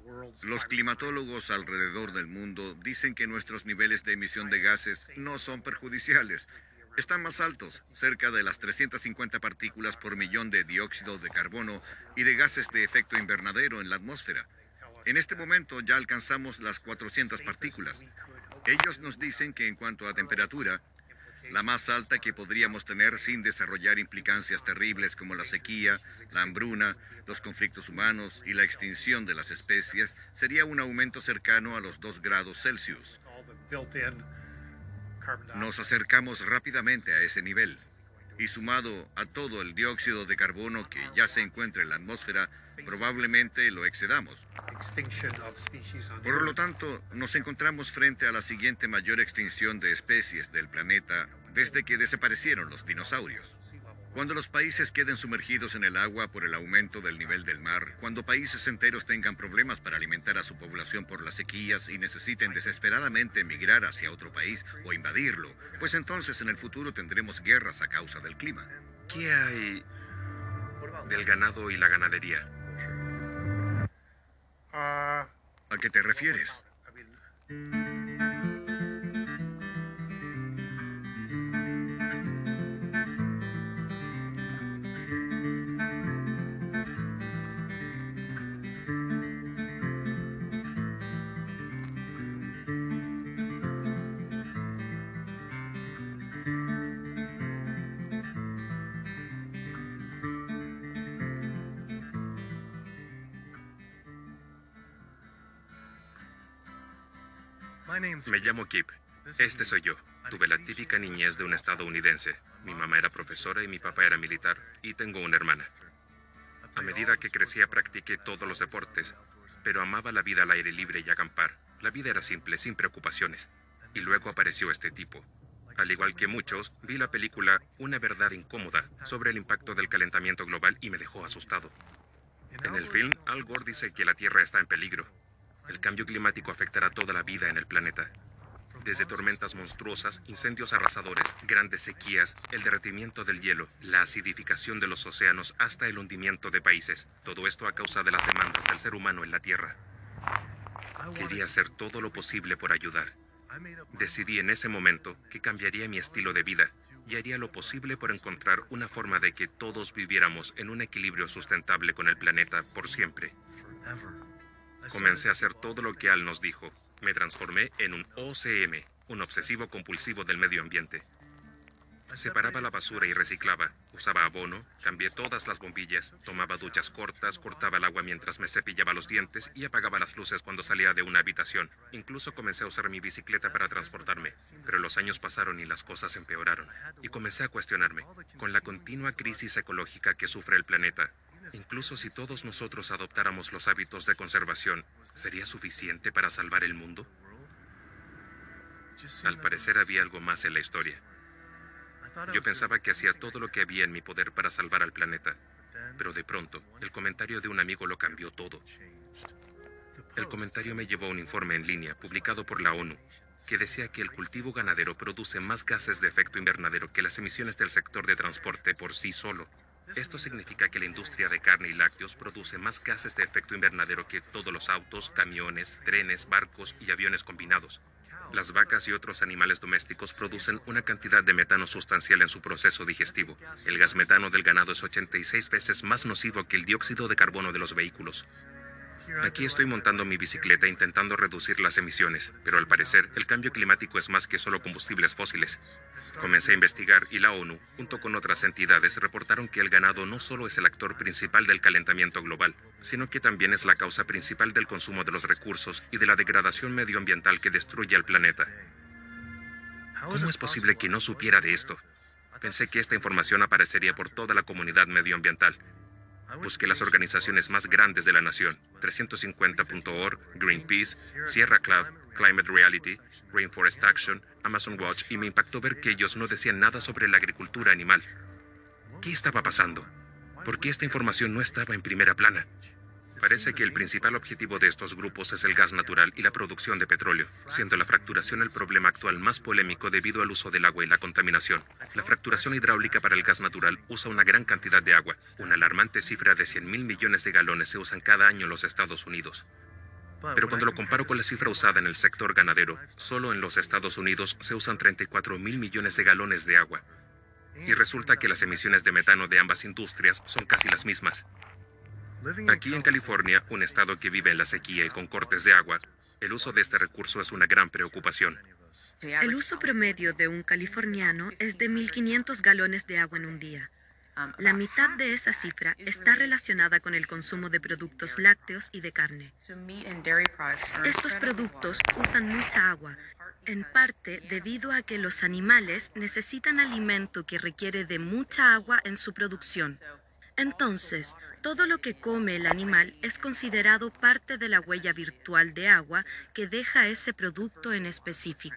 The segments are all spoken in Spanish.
Los climatólogos alrededor del mundo dicen que nuestros niveles de emisión de gases no son perjudiciales. Están más altos, cerca de las 350 partículas por millón de dióxido de carbono y de gases de efecto invernadero en la atmósfera. En este momento ya alcanzamos las 400 partículas. Ellos nos dicen que en cuanto a temperatura, la más alta que podríamos tener sin desarrollar implicancias terribles como la sequía, la hambruna, los conflictos humanos y la extinción de las especies, sería un aumento cercano a los 2 grados Celsius. Nos acercamos rápidamente a ese nivel. Y sumado a todo el dióxido de carbono que ya se encuentra en la atmósfera, probablemente lo excedamos. Por lo tanto, nos encontramos frente a la siguiente mayor extinción de especies del planeta desde que desaparecieron los dinosaurios. Cuando los países queden sumergidos en el agua por el aumento del nivel del mar, cuando países enteros tengan problemas para alimentar a su población por las sequías y necesiten desesperadamente emigrar hacia otro país o invadirlo, pues entonces en el futuro tendremos guerras a causa del clima. ¿Qué hay del ganado y la ganadería? ¿A qué te refieres? Me llamo Kip. Este soy yo. Tuve la típica niñez de un estadounidense. Mi mamá era profesora y mi papá era militar. Y tengo una hermana. A medida que crecía practiqué todos los deportes, pero amaba la vida al aire libre y acampar. La vida era simple, sin preocupaciones. Y luego apareció este tipo. Al igual que muchos, vi la película Una verdad incómoda sobre el impacto del calentamiento global y me dejó asustado. En el film, Al Gore dice que la Tierra está en peligro. El cambio climático afectará toda la vida en el planeta. Desde tormentas monstruosas, incendios arrasadores, grandes sequías, el derretimiento del hielo, la acidificación de los océanos hasta el hundimiento de países. Todo esto a causa de las demandas del ser humano en la Tierra. Quería hacer todo lo posible por ayudar. Decidí en ese momento que cambiaría mi estilo de vida y haría lo posible por encontrar una forma de que todos viviéramos en un equilibrio sustentable con el planeta por siempre. Comencé a hacer todo lo que Al nos dijo. Me transformé en un OCM, un obsesivo compulsivo del medio ambiente. Separaba la basura y reciclaba, usaba abono, cambié todas las bombillas, tomaba duchas cortas, cortaba el agua mientras me cepillaba los dientes y apagaba las luces cuando salía de una habitación. Incluso comencé a usar mi bicicleta para transportarme, pero los años pasaron y las cosas empeoraron. Y comencé a cuestionarme, con la continua crisis ecológica que sufre el planeta, incluso si todos nosotros adoptáramos los hábitos de conservación, ¿sería suficiente para salvar el mundo? Al parecer había algo más en la historia. Yo pensaba que hacía todo lo que había en mi poder para salvar al planeta, pero de pronto, el comentario de un amigo lo cambió todo. El comentario me llevó a un informe en línea publicado por la ONU, que decía que el cultivo ganadero produce más gases de efecto invernadero que las emisiones del sector de transporte por sí solo. Esto significa que la industria de carne y lácteos produce más gases de efecto invernadero que todos los autos, camiones, trenes, barcos y aviones combinados. Las vacas y otros animales domésticos producen una cantidad de metano sustancial en su proceso digestivo. El gas metano del ganado es 86 veces más nocivo que el dióxido de carbono de los vehículos. Aquí estoy montando mi bicicleta intentando reducir las emisiones, pero al parecer el cambio climático es más que solo combustibles fósiles. Comencé a investigar y la ONU, junto con otras entidades, reportaron que el ganado no solo es el actor principal del calentamiento global, sino que también es la causa principal del consumo de los recursos y de la degradación medioambiental que destruye al planeta. ¿Cómo es posible que no supiera de esto? Pensé que esta información aparecería por toda la comunidad medioambiental. Busqué las organizaciones más grandes de la nación, 350.org, Greenpeace, Sierra Club, Climate Reality, Rainforest Action, Amazon Watch, y me impactó ver que ellos no decían nada sobre la agricultura animal. ¿Qué estaba pasando? ¿Por qué esta información no estaba en primera plana? Parece que el principal objetivo de estos grupos es el gas natural y la producción de petróleo, siendo la fracturación el problema actual más polémico debido al uso del agua y la contaminación. La fracturación hidráulica para el gas natural usa una gran cantidad de agua. Una alarmante cifra de 100.000 millones de galones se usan cada año en los Estados Unidos. Pero cuando lo comparo con la cifra usada en el sector ganadero, solo en los Estados Unidos se usan 34.000 millones de galones de agua. Y resulta que las emisiones de metano de ambas industrias son casi las mismas. Aquí en California, un estado que vive en la sequía y con cortes de agua, el uso de este recurso es una gran preocupación. El uso promedio de un californiano es de 1.500 galones de agua en un día. La mitad de esa cifra está relacionada con el consumo de productos lácteos y de carne. Estos productos usan mucha agua, en parte debido a que los animales necesitan alimento que requiere de mucha agua en su producción. Entonces, todo lo que come el animal es considerado parte de la huella virtual de agua que deja ese producto en específico.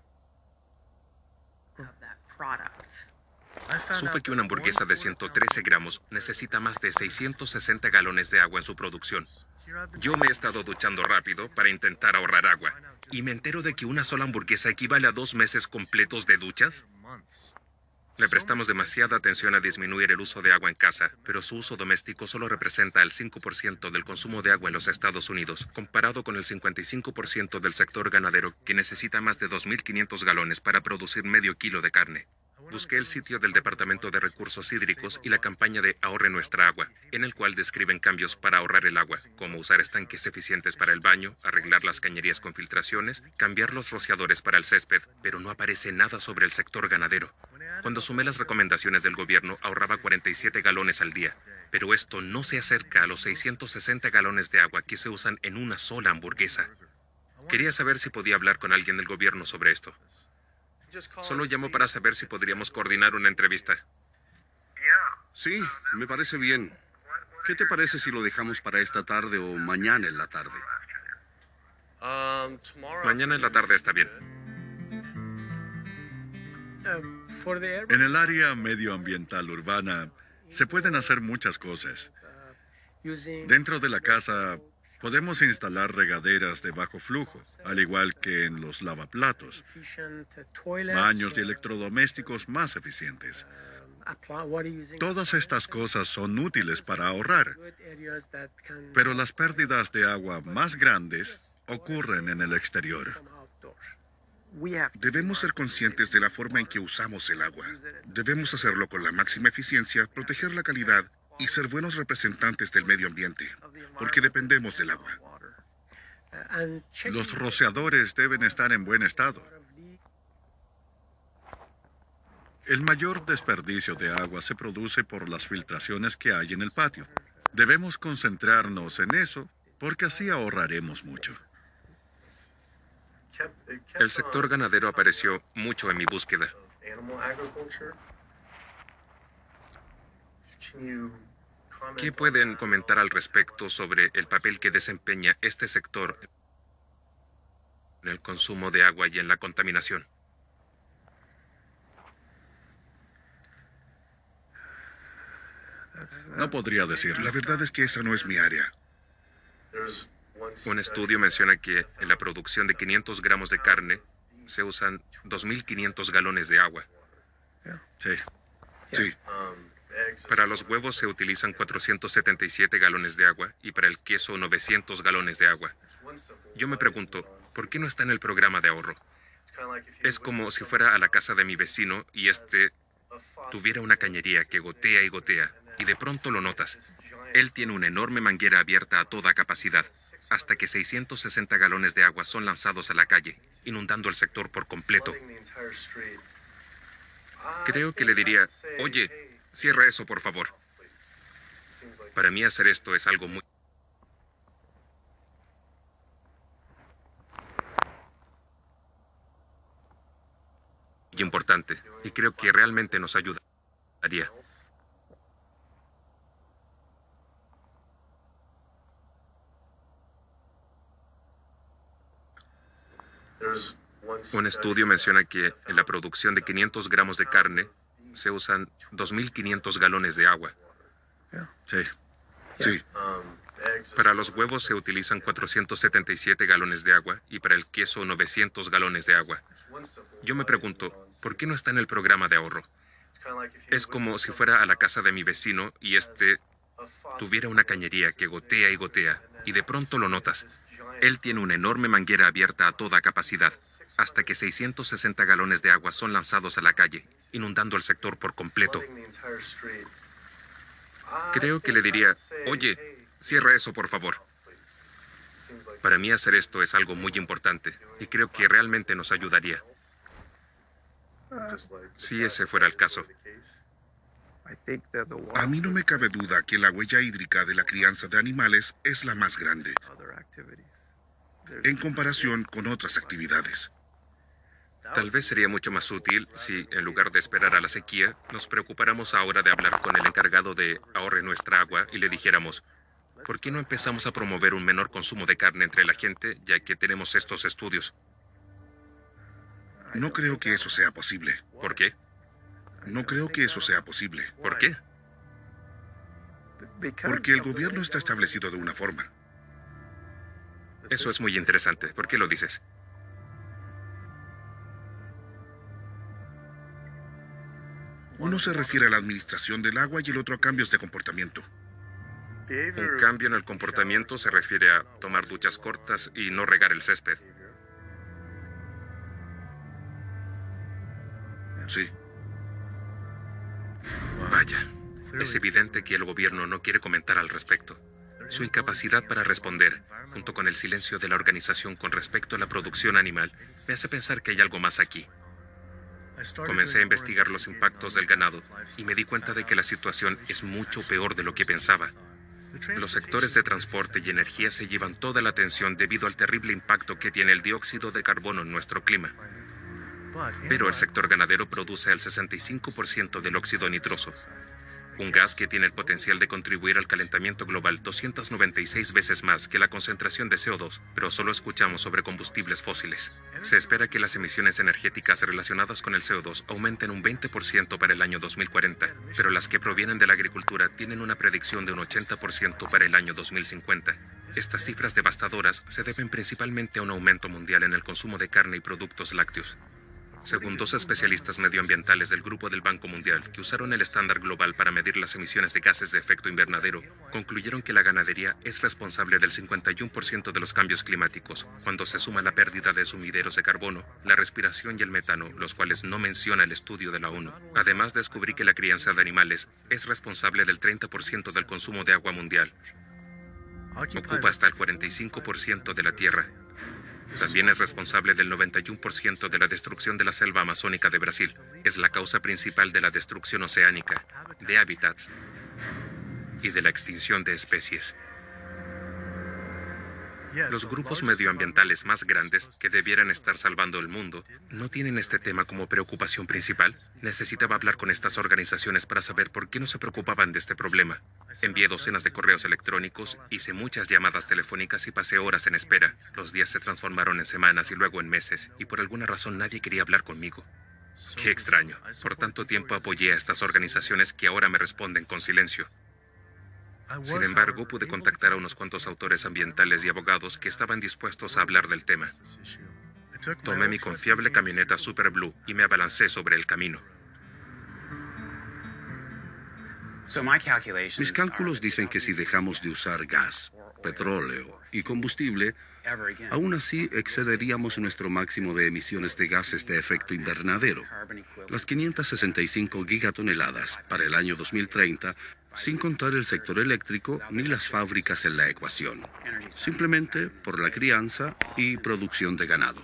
Supe que una hamburguesa de 113 gramos necesita más de 660 galones de agua en su producción. Yo me he estado duchando rápido para intentar ahorrar agua, y me entero de que una sola hamburguesa equivale a 2 meses completos de duchas. Le prestamos demasiada atención a disminuir el uso de agua en casa, pero su uso doméstico solo representa el 5% del consumo de agua en los Estados Unidos, comparado con el 55% del sector ganadero, que necesita más de 2.500 galones para producir medio kilo de carne. Busqué el sitio del Departamento de Recursos Hídricos y la campaña de Ahorre Nuestra Agua, en el cual describen cambios para ahorrar el agua, como usar estanques eficientes para el baño, arreglar las cañerías con filtraciones, cambiar los rociadores para el césped, pero no aparece nada sobre el sector ganadero. Cuando sumé las recomendaciones del gobierno, ahorraba 47 galones al día, pero esto no se acerca a los 660 galones de agua que se usan en una sola hamburguesa. Quería saber si podía hablar con alguien del gobierno sobre esto. Solo llamo para saber si podríamos coordinar una entrevista. Sí, me parece bien. ¿Qué te parece si lo dejamos para esta tarde o mañana en la tarde? Mañana en la tarde está bien. En el área medioambiental urbana se pueden hacer muchas cosas. Dentro de la casa podemos instalar regaderas de bajo flujo, al igual que en los lavaplatos, baños y electrodomésticos más eficientes. Todas estas cosas son útiles para ahorrar, pero las pérdidas de agua más grandes ocurren en el exterior. Debemos ser conscientes de la forma en que usamos el agua. Debemos hacerlo con la máxima eficiencia, proteger la calidad y ser buenos representantes del medio ambiente, porque dependemos del agua. Los rociadores deben estar en buen estado. El mayor desperdicio de agua se produce por las filtraciones que hay en el patio. Debemos concentrarnos en eso, porque así ahorraremos mucho. El sector ganadero apareció mucho en mi búsqueda. ¿Qué pueden comentar al respecto sobre el papel que desempeña este sector en el consumo de agua y en la contaminación? No podría decirlo. La verdad es que esa no es mi área. Un estudio menciona que en la producción de 500 gramos de carne se usan 2.500 galones de agua. Sí. Sí. Para los huevos se utilizan 477 galones de agua y para el queso 900 galones de agua. Yo me pregunto, ¿por qué no está en el programa de ahorro? Es como si fuera a la casa de mi vecino y tuviera una cañería que gotea y gotea, y de pronto lo notas. Él tiene una enorme manguera abierta a toda capacidad, hasta que 660 galones de agua son lanzados a la calle, inundando el sector por completo. Creo que le diría, oye, cierra eso, por favor. Para mí hacer esto es algo muy importante, y creo que realmente nos ayudaría. Un estudio menciona que en la producción de 500 gramos de carne se usan 2.500 galones de agua. Sí. Sí. Para los huevos se utilizan 477 galones de agua y para el queso 900 galones de agua. Yo me pregunto, ¿por qué no está en el programa de ahorro? Es como si fuera a la casa de mi vecino y tuviera una cañería que gotea y gotea, y de pronto lo notas. Él tiene una enorme manguera abierta a toda capacidad, hasta que 660 galones de agua son lanzados a la calle, inundando el sector por completo. Creo que le diría, oye, cierra eso, por favor. Para mí hacer esto es algo muy importante, y creo que realmente nos ayudaría. Si ese fuera el caso. A mí no me cabe duda que la huella hídrica de la crianza de animales es la más grande en comparación con otras actividades. Tal vez sería mucho más útil si, en lugar de esperar a la sequía, nos preocupáramos ahora de hablar con el encargado de ahorre nuestra agua y le dijéramos, ¿por qué no empezamos a promover un menor consumo de carne entre la gente, ya que tenemos estos estudios? No creo que eso sea posible. ¿Por qué? No creo que eso sea posible. ¿Por qué? Porque el gobierno está establecido de una forma. Eso es muy interesante. ¿Por qué lo dices? Uno se refiere a la administración del agua y el otro a cambios de comportamiento. Un cambio en el comportamiento se refiere a tomar duchas cortas y no regar el césped. Sí. Vaya, es evidente que el gobierno no quiere comentar al respecto. Su incapacidad para responder, junto con el silencio de la organización con respecto a la producción animal, me hace pensar que hay algo más aquí. Comencé a investigar los impactos del ganado y me di cuenta de que la situación es mucho peor de lo que pensaba. Los sectores de transporte y energía se llevan toda la atención debido al terrible impacto que tiene el dióxido de carbono en nuestro clima. Pero el sector ganadero produce el 65% del óxido nitroso, un gas que tiene el potencial de contribuir al calentamiento global 296 veces más que la concentración de CO2, pero solo escuchamos sobre combustibles fósiles. Se espera que las emisiones energéticas relacionadas con el CO2 aumenten un 20% para el año 2040, pero las que provienen de la agricultura tienen una predicción de un 80% para el año 2050. Estas cifras devastadoras se deben principalmente a un aumento mundial en el consumo de carne y productos lácteos. Según dos especialistas medioambientales del Grupo del Banco Mundial, que usaron el estándar global para medir las emisiones de gases de efecto invernadero, concluyeron que la ganadería es responsable del 51% de los cambios climáticos, cuando se suma la pérdida de sumideros de carbono, la respiración y el metano, los cuales no menciona el estudio de la ONU. Además, descubrí que la crianza de animales es responsable del 30% del consumo de agua mundial. Ocupa hasta el 45% de la tierra. También es responsable del 91% de la destrucción de la selva amazónica de Brasil. Es la causa principal de la destrucción oceánica, de hábitats y de la extinción de especies. Los grupos medioambientales más grandes, que debieran estar salvando el mundo, no tienen este tema como preocupación principal. Necesitaba hablar con estas organizaciones para saber por qué no se preocupaban de este problema. Envié docenas de correos electrónicos, hice muchas llamadas telefónicas y pasé horas en espera. Los días se transformaron en semanas y luego en meses, y por alguna razón nadie quería hablar conmigo. Qué extraño. Por tanto tiempo apoyé a estas organizaciones que ahora me responden con silencio. Sin embargo, pude contactar a unos cuantos autores ambientales y abogados que estaban dispuestos a hablar del tema. Tomé mi confiable camioneta Super Blue y me abalancé sobre el camino. Mis cálculos dicen que si dejamos de usar gas, petróleo y combustible, aún así excederíamos nuestro máximo de emisiones de gases de efecto invernadero, las 565 gigatoneladas para el año 2030, sin contar el sector eléctrico ni las fábricas en la ecuación, simplemente por la crianza y producción de ganado.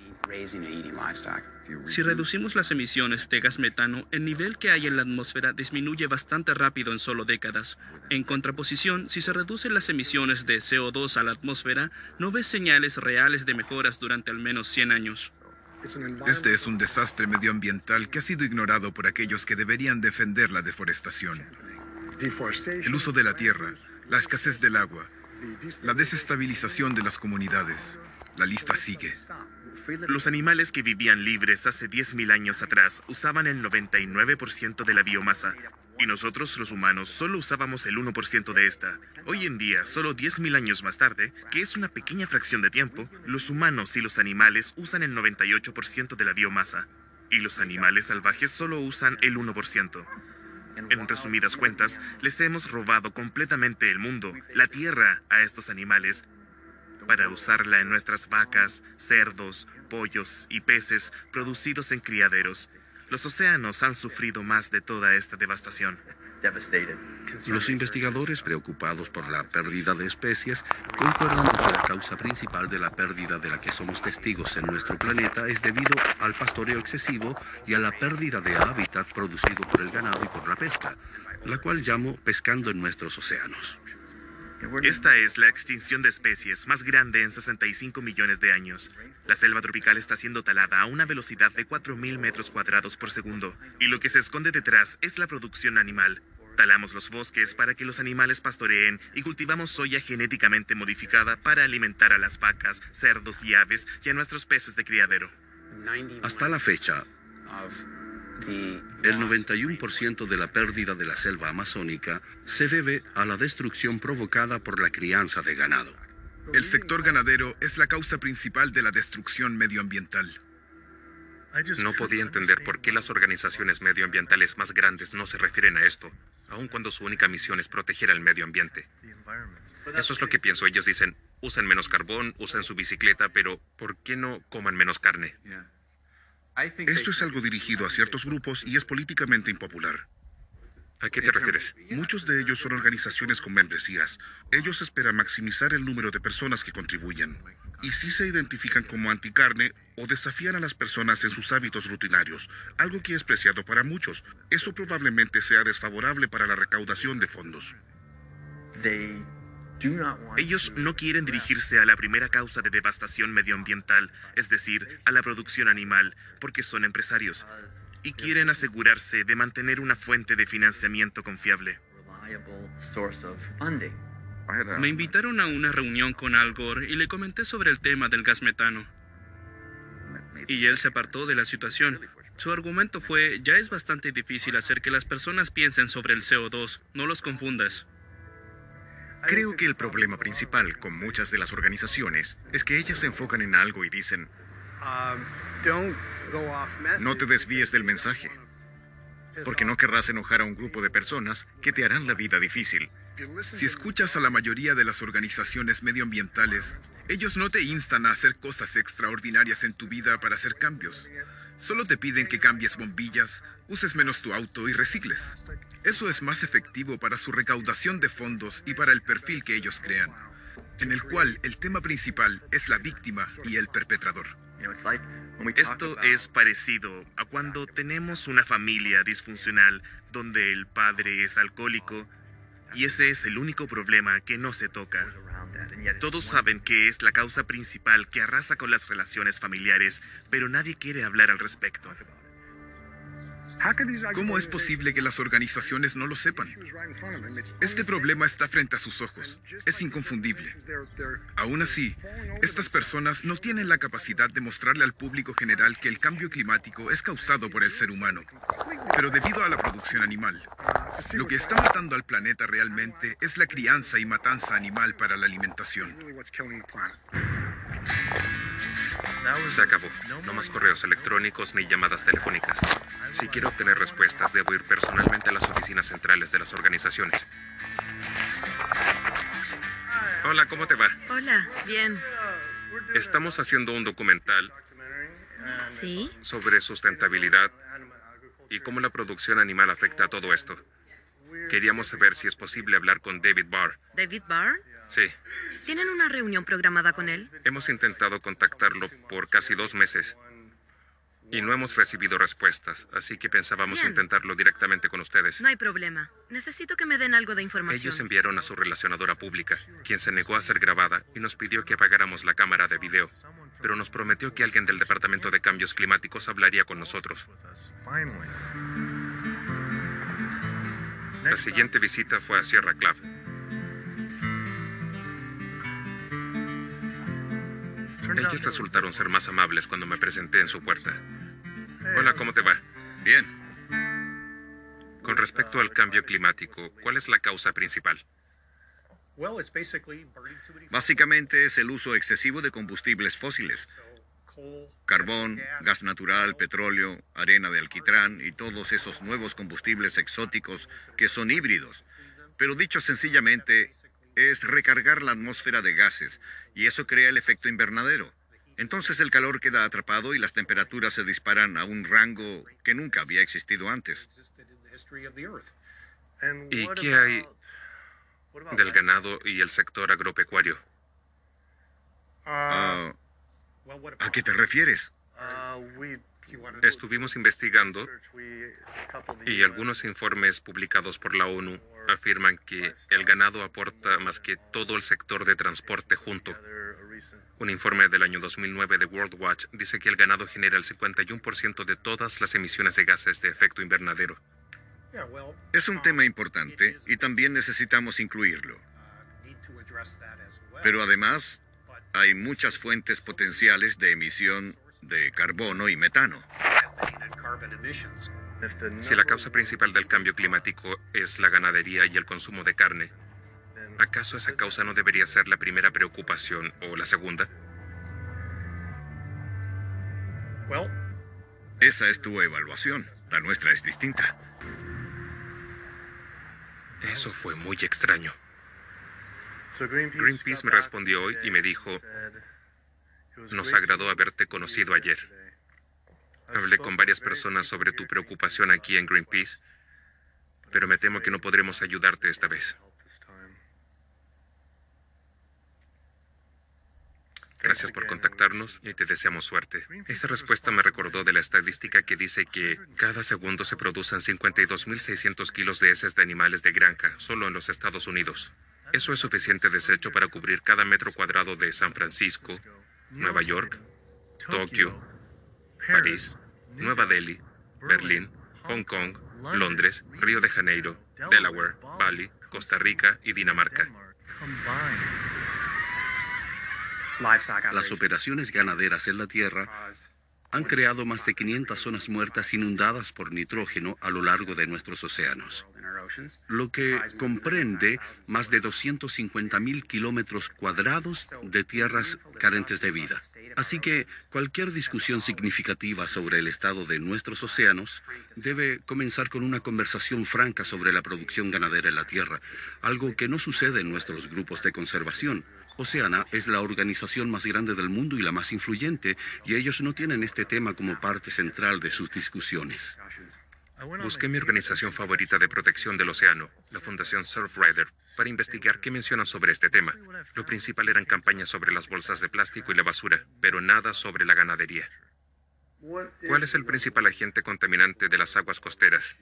Si reducimos las emisiones de gas metano, el nivel que hay en la atmósfera disminuye bastante rápido en solo décadas. En contraposición, si se reducen las emisiones de CO2 a la atmósfera, no ves señales reales de mejoras durante al menos 100 años. Este es un desastre medioambiental que ha sido ignorado por aquellos que deberían defender la deforestación. El uso de la tierra, la escasez del agua, la desestabilización de las comunidades. La lista sigue. Los animales que vivían libres hace 10.000 años atrás usaban el 99% de la biomasa, y nosotros, los humanos, solo usábamos el 1% de esta. Hoy en día, solo 10.000 años más tarde, que es una pequeña fracción de tiempo, los humanos y los animales usan el 98% de la biomasa, y los animales salvajes solo usan el 1%. En resumidas cuentas, les hemos robado completamente el mundo, la tierra, a estos animales, para usarla en nuestras vacas, cerdos, pollos y peces producidos en criaderos. Los océanos han sufrido más de toda esta devastación. Los investigadores, preocupados por la pérdida de especies, concuerdan en que la causa principal de la pérdida de la que somos testigos en nuestro planeta es debido al pastoreo excesivo y a la pérdida de hábitat producido por el ganado y por la pesca, la cual llamo pescando en nuestros océanos. Esta es la extinción de especies más grande en 65 millones de años. La selva tropical está siendo talada a una velocidad de 4.000 metros cuadrados por segundo, y lo que se esconde detrás es la producción animal. Talamos los bosques para que los animales pastoreen y cultivamos soya genéticamente modificada para alimentar a las vacas, cerdos y aves y a nuestros peces de criadero. Hasta la fecha, el 91% de la pérdida de la selva amazónica se debe a la destrucción provocada por la crianza de ganado. El sector ganadero es la causa principal de la destrucción medioambiental. No podía entender por qué las organizaciones medioambientales más grandes no se refieren a esto, aun cuando su única misión es proteger al medio ambiente. Eso es lo que pienso. Ellos dicen, usen menos carbón, usen su bicicleta, pero ¿por qué no coman menos carne? Esto es algo dirigido a ciertos grupos y es políticamente impopular. ¿A qué te refieres? Muchos de ellos son organizaciones con membresías. Ellos esperan maximizar el número de personas que contribuyen. Y si se identifican como anticarne o desafían a las personas en sus hábitos rutinarios, algo que es preciado para muchos, eso probablemente sea desfavorable para la recaudación de fondos. Ellos no quieren dirigirse a la primera causa de devastación medioambiental, es decir, a la producción animal, porque son empresarios y quieren asegurarse de mantener una fuente de financiamiento confiable. Me invitaron a una reunión con Al Gore y le comenté sobre el tema del gas metano. Y él se apartó de la situación. Su argumento fue, ya es bastante difícil hacer que las personas piensen sobre el CO2, no los confundas. Creo que el problema principal con muchas de las organizaciones es que ellas se enfocan en algo y dicen, no te desvíes del mensaje, porque no querrás enojar a un grupo de personas que te harán la vida difícil. Si escuchas a la mayoría de las organizaciones medioambientales, ellos no te instan a hacer cosas extraordinarias en tu vida para hacer cambios. Solo te piden que cambies bombillas, uses menos tu auto y recicles. Eso es más efectivo para su recaudación de fondos y para el perfil que ellos crean, en el cual el tema principal es la víctima y el perpetrador. Esto es parecido a cuando tenemos una familia disfuncional donde el padre es alcohólico y ese es el único problema que no se toca. Todos saben que es la causa principal que arrasa con las relaciones familiares, pero nadie quiere hablar al respecto. ¿Cómo es posible que las organizaciones no lo sepan? Este problema está frente a sus ojos. Es inconfundible. Aún así, estas personas no tienen la capacidad de mostrarle al público general que el cambio climático es causado por el ser humano, pero debido a la producción animal. Lo que está matando al planeta realmente es la crianza y matanza animal para la alimentación. Se acabó. No más correos electrónicos ni llamadas telefónicas. Si quiero obtener respuestas, debo ir personalmente a las oficinas centrales de las organizaciones. Hola, ¿cómo te va? Hola, bien. Estamos haciendo un documental ¿Sí? sobre sustentabilidad y cómo la producción animal afecta a todo esto. Queríamos saber si es posible hablar con David Barr. ¿David Barr? Sí. ¿Tienen una reunión programada con él? Hemos intentado contactarlo por casi 2 meses y no hemos recibido respuestas, así que pensábamos Bien. intentarlo directamente con ustedes. No hay problema. Necesito que me den algo de información. Ellos enviaron a su relacionadora pública, quien se negó a ser grabada y nos pidió que apagáramos la cámara de video, pero nos prometió que alguien del Departamento de Cambios Climáticos hablaría con nosotros. La siguiente visita fue a Sierra Club. Ellos resultaron ser más amables cuando me presenté en su puerta. Hola, ¿cómo te va? Bien. Con respecto al cambio climático, ¿cuál es la causa principal? Básicamente es el uso excesivo de combustibles fósiles. Carbón, gas natural, petróleo, arena de alquitrán y todos esos nuevos combustibles exóticos que son híbridos. Pero dicho sencillamente, es recargar la atmósfera de gases, y eso crea el efecto invernadero. Entonces el calor queda atrapado y las temperaturas se disparan a un rango que nunca había existido antes. ¿Y qué hay del ganado y el sector agropecuario? ¿A qué te refieres? Estuvimos investigando y algunos informes publicados por la ONU afirman que el ganado aporta más que todo el sector de transporte junto. Un informe del año 2009 de World Watch dice que el ganado genera el 51% de todas las emisiones de gases de efecto invernadero. Es un tema importante y también necesitamos incluirlo. Pero además, hay muchas fuentes potenciales de emisión de carbono y metano. Si la causa principal del cambio climático es la ganadería y el consumo de carne, ¿acaso esa causa no debería ser la primera preocupación o la segunda? Esa es tu evaluación. La nuestra es distinta. Eso fue muy extraño. Greenpeace me respondió hoy y me dijo: nos agradó haberte conocido ayer. Hablé con varias personas sobre tu preocupación aquí en Greenpeace, pero me temo que no podremos ayudarte esta vez. Gracias por contactarnos y te deseamos suerte. Esa respuesta me recordó de la estadística que dice que cada segundo se producen 52.600 kilos de heces de animales de granja solo en los Estados Unidos. Eso es suficiente desecho para cubrir cada metro cuadrado de San Francisco, Nueva York, Tokio, París, Nueva Delhi, Berlín, Hong Kong, Londres, Río de Janeiro, Delaware, Bali, Costa Rica y Dinamarca. Las operaciones ganaderas en la Tierra han creado más de 500 zonas muertas inundadas por nitrógeno a lo largo de nuestros océanos, lo que comprende más de 250.000 kilómetros cuadrados de tierras carentes de vida. Así que cualquier discusión significativa sobre el estado de nuestros océanos debe comenzar con una conversación franca sobre la producción ganadera en la Tierra, algo que no sucede en nuestros grupos de conservación. Oceana es la organización más grande del mundo y la más influyente, y ellos no tienen este tema como parte central de sus discusiones. Busqué mi organización favorita de protección del océano, la Fundación Surfrider, para investigar qué mencionan sobre este tema. Lo principal eran campañas sobre las bolsas de plástico y la basura, pero nada sobre la ganadería. ¿Cuál es el principal agente contaminante de las aguas costeras?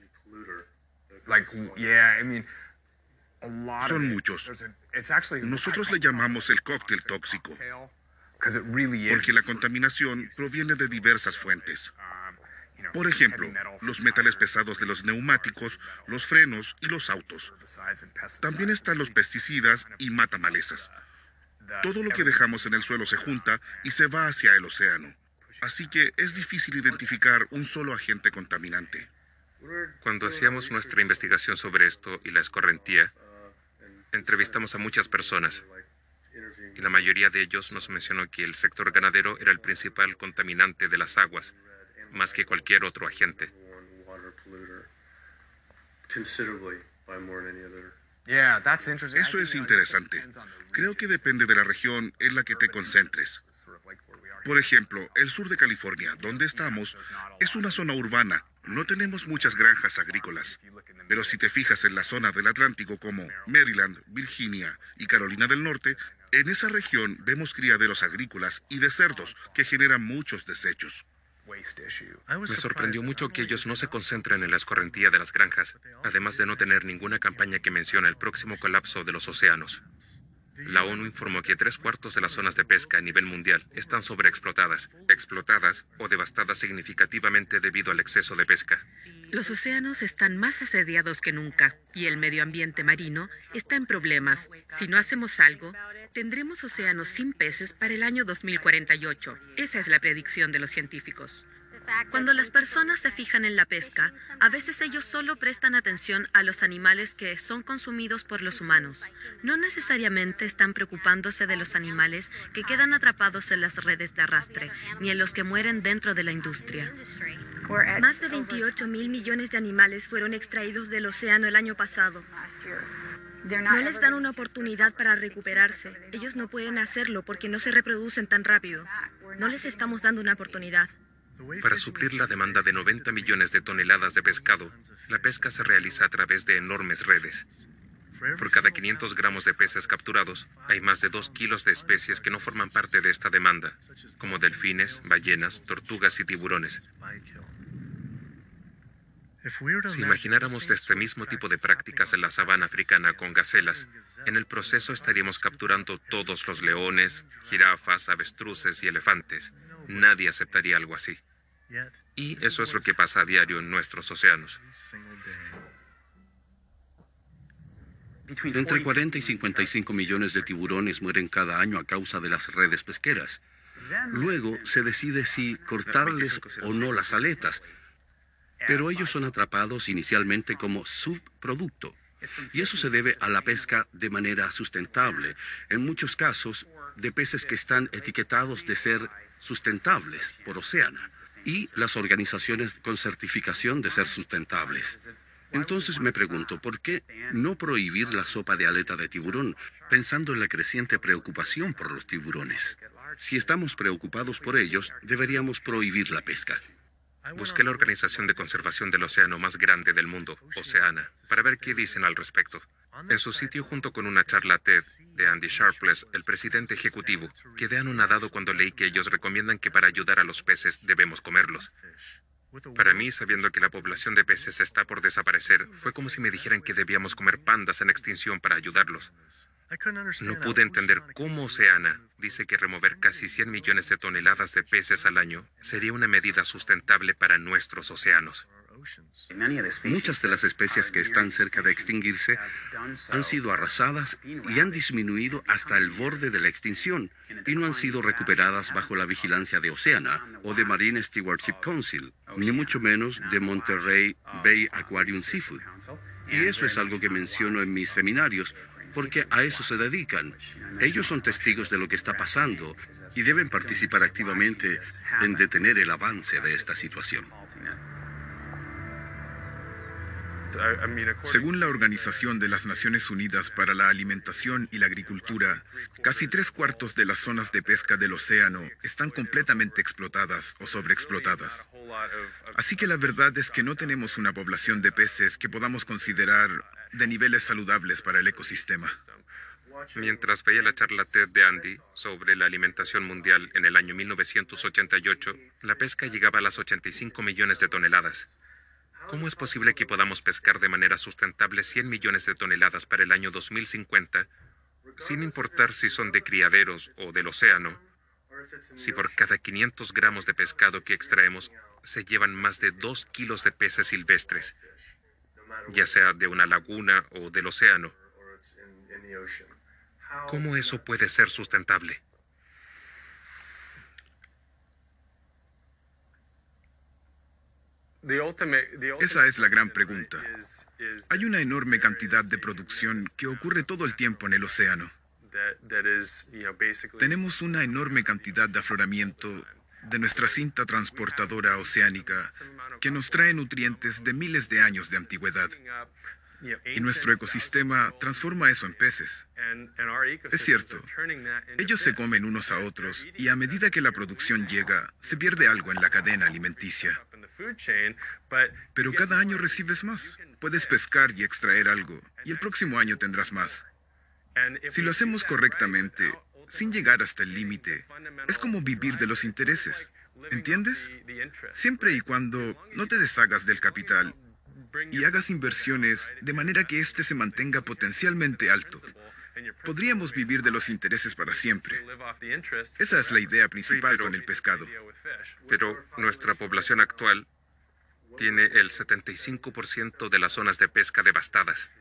Son muchos. Nosotros le llamamos el cóctel tóxico, porque la contaminación proviene de diversas fuentes. Por ejemplo, los metales pesados de los neumáticos, los frenos y los autos. También están los pesticidas y matamalezas. Todo lo que dejamos en el suelo se junta y se va hacia el océano. Así que es difícil identificar un solo agente contaminante. Cuando hacíamos nuestra investigación sobre esto y la escorrentía, entrevistamos a muchas personas y la mayoría de ellos nos mencionó que el sector ganadero era el principal contaminante de las aguas, más que cualquier otro agente. Eso es interesante. Creo que depende de la región en la que te concentres. Por ejemplo, el sur de California, donde estamos, es una zona urbana. No tenemos muchas granjas agrícolas. Pero si te fijas en la zona del Atlántico como Maryland, Virginia y Carolina del Norte, en esa región vemos criaderos agrícolas y de cerdos que generan muchos desechos. Me sorprendió mucho que ellos no se concentren en la escorrentía de las granjas, además de no tener ninguna campaña que mencione el próximo colapso de los océanos. La ONU informó que 3/4 de las zonas de pesca a nivel mundial están sobreexplotadas, explotadas o devastadas significativamente debido al exceso de pesca. Los océanos están más asediados que nunca y el medio ambiente marino está en problemas. Si no hacemos algo, tendremos océanos sin peces para el año 2048. Esa es la predicción de los científicos. Cuando las personas se fijan en la pesca, a veces ellos solo prestan atención a los animales que son consumidos por los humanos. No necesariamente están preocupándose de los animales que quedan atrapados en las redes de arrastre, ni en los que mueren dentro de la industria. Más de 28.000 millones de animales fueron extraídos del océano el año pasado. No les dan una oportunidad para recuperarse. Ellos no pueden hacerlo porque no se reproducen tan rápido. No les estamos dando una oportunidad. Para suplir la demanda de 90 millones de toneladas de pescado, la pesca se realiza a través de enormes redes. Por cada 500 gramos de peces capturados, hay más de 2 kilos de especies que no forman parte de esta demanda, como delfines, ballenas, tortugas y tiburones. Si imagináramos este mismo tipo de prácticas en la sabana africana con gacelas, en el proceso estaríamos capturando todos los leones, jirafas, avestruces y elefantes. Nadie aceptaría algo así. Y eso es lo que pasa a diario en nuestros océanos. Entre 40 y 55 millones de tiburones mueren cada año a causa de las redes pesqueras. Luego se decide si cortarles o no las aletas, pero ellos son atrapados inicialmente como subproducto. Y eso se debe a la pesca de manera sustentable, en muchos casos de peces que están etiquetados de ser sustentables por Oceana y las organizaciones con certificación de ser sustentables. Entonces me pregunto, ¿por qué no prohibir la sopa de aleta de tiburón, pensando en la creciente preocupación por los tiburones? Si estamos preocupados por ellos, deberíamos prohibir la pesca. Busqué la organización de conservación del océano más grande del mundo, Oceana, para ver qué dicen al respecto. En su sitio, junto con una charla TED de Andy Sharpless, el presidente ejecutivo, quedé anonadado cuando leí que ellos recomiendan que para ayudar a los peces debemos comerlos. Para mí, sabiendo que la población de peces está por desaparecer, fue como si me dijeran que debíamos comer pandas en extinción para ayudarlos. No pude entender cómo Oceana dice que remover casi 100 millones de toneladas de peces al año sería una medida sustentable para nuestros océanos. Muchas de las especies que están cerca de extinguirse han sido arrasadas y han disminuido hasta el borde de la extinción y no han sido recuperadas bajo la vigilancia de Oceana o de Marine Stewardship Council, ni mucho menos de Monterey Bay Aquarium Seafood. Y eso es algo que menciono en mis seminarios, porque a eso se dedican. Ellos son testigos de lo que está pasando y deben participar activamente en detener el avance de esta situación. Según la Organización de las Naciones Unidas para la Alimentación y la Agricultura, casi 3/4 de las zonas de pesca del océano están completamente explotadas o sobreexplotadas. Así que la verdad es que no tenemos una población de peces que podamos considerar de niveles saludables para el ecosistema. Mientras veía la charla TED de Andy sobre la alimentación mundial en el año 1988, la pesca llegaba a las 85 millones de toneladas. ¿Cómo es posible que podamos pescar de manera sustentable 100 millones de toneladas para el año 2050, sin importar si son de criaderos o del océano, si por cada 500 gramos de pescado que extraemos se llevan más de 2 kilos de peces silvestres, ya sea de una laguna o del océano? ¿Cómo eso puede ser sustentable? Esa es la gran pregunta. Hay una enorme cantidad de producción que ocurre todo el tiempo en el océano. Tenemos una enorme cantidad de afloramiento de nuestra cinta transportadora oceánica que nos trae nutrientes de miles de años de antigüedad. Y nuestro ecosistema transforma eso en peces. Es cierto, ellos se comen unos a otros y a medida que la producción llega, se pierde algo en la cadena alimenticia. Pero cada año recibes más. Puedes pescar y extraer algo, y el próximo año tendrás más. Si lo hacemos correctamente, sin llegar hasta el límite, es como vivir de los intereses. ¿Entiendes? Siempre y cuando no te deshagas del capital y hagas inversiones de manera que éste se mantenga potencialmente alto, podríamos vivir de los intereses para siempre. Esa es la idea principal con el pescado. Pero nuestra población actual tiene el 75% de las zonas de pesca devastadas.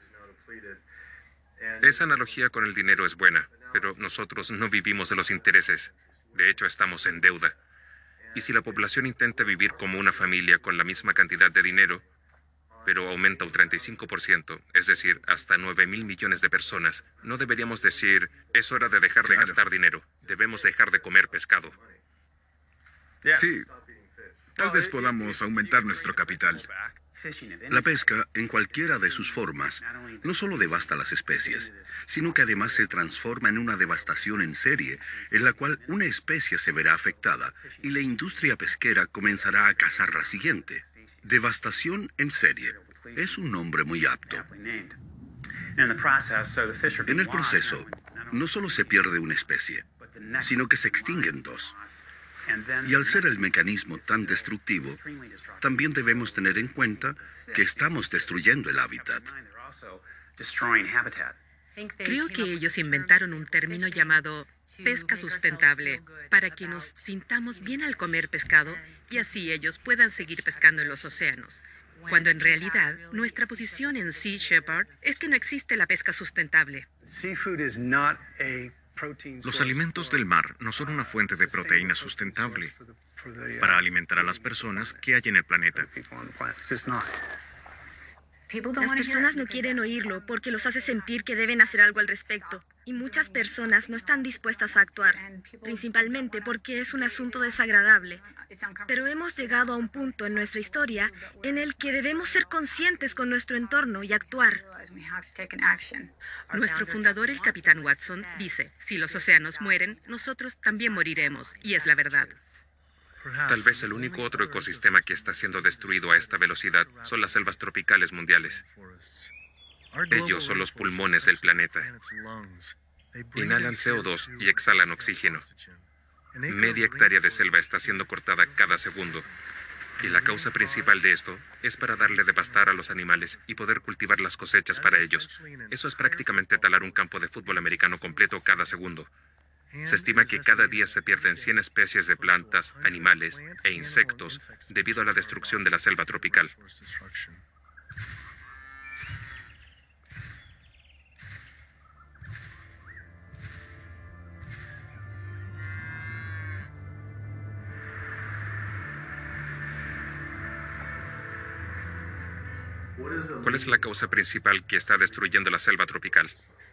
Esa analogía con el dinero es buena, pero nosotros no vivimos de los intereses. De hecho, estamos en deuda. Y si la población intenta vivir como una familia con la misma cantidad de dinero, pero aumenta un 35%, es decir, hasta 9.000 millones de personas, no deberíamos decir, es hora de dejar de gastar dinero, debemos dejar de comer pescado. Sí, tal vez podamos aumentar nuestro capital. La pesca, en cualquiera de sus formas, no solo devasta las especies, sino que además se transforma en una devastación en serie, en la cual una especie se verá afectada y la industria pesquera comenzará a cazar la siguiente. Devastación en serie. Es un nombre muy apto. En el proceso, no solo se pierde una especie, sino que se extinguen dos. Y al ser el mecanismo tan destructivo, también debemos tener en cuenta que estamos destruyendo el hábitat. Creo que ellos inventaron un término llamado pesca sustentable para que nos sintamos bien al comer pescado y así ellos puedan seguir pescando en los océanos. Cuando en realidad nuestra posición en Sea Shepherd es que no existe la pesca sustentable. Los alimentos del mar no son una fuente de proteína sustentable para alimentar a las personas que hay en el planeta. Las personas no quieren oírlo porque los hace sentir que deben hacer algo al respecto. Y muchas personas no están dispuestas a actuar, principalmente porque es un asunto desagradable. Pero hemos llegado a un punto en nuestra historia en el que debemos ser conscientes con nuestro entorno y actuar. Nuestro fundador, el capitán Watson, dice, si los océanos mueren, nosotros también moriremos, y es la verdad. Tal vez el único otro ecosistema que está siendo destruido a esta velocidad son las selvas tropicales mundiales. Ellos son los pulmones del planeta. Inhalan CO2 y exhalan oxígeno. Media hectárea de selva está siendo cortada cada segundo. Y la causa principal de esto es para darle de pastar a los animales y poder cultivar las cosechas para ellos. Eso es prácticamente talar un campo de fútbol americano completo cada segundo. Se estima que cada día se pierden 100 especies de plantas, animales e insectos debido a la destrucción de la selva tropical. ¿Cuál es la causa principal que está destruyendo la selva tropical?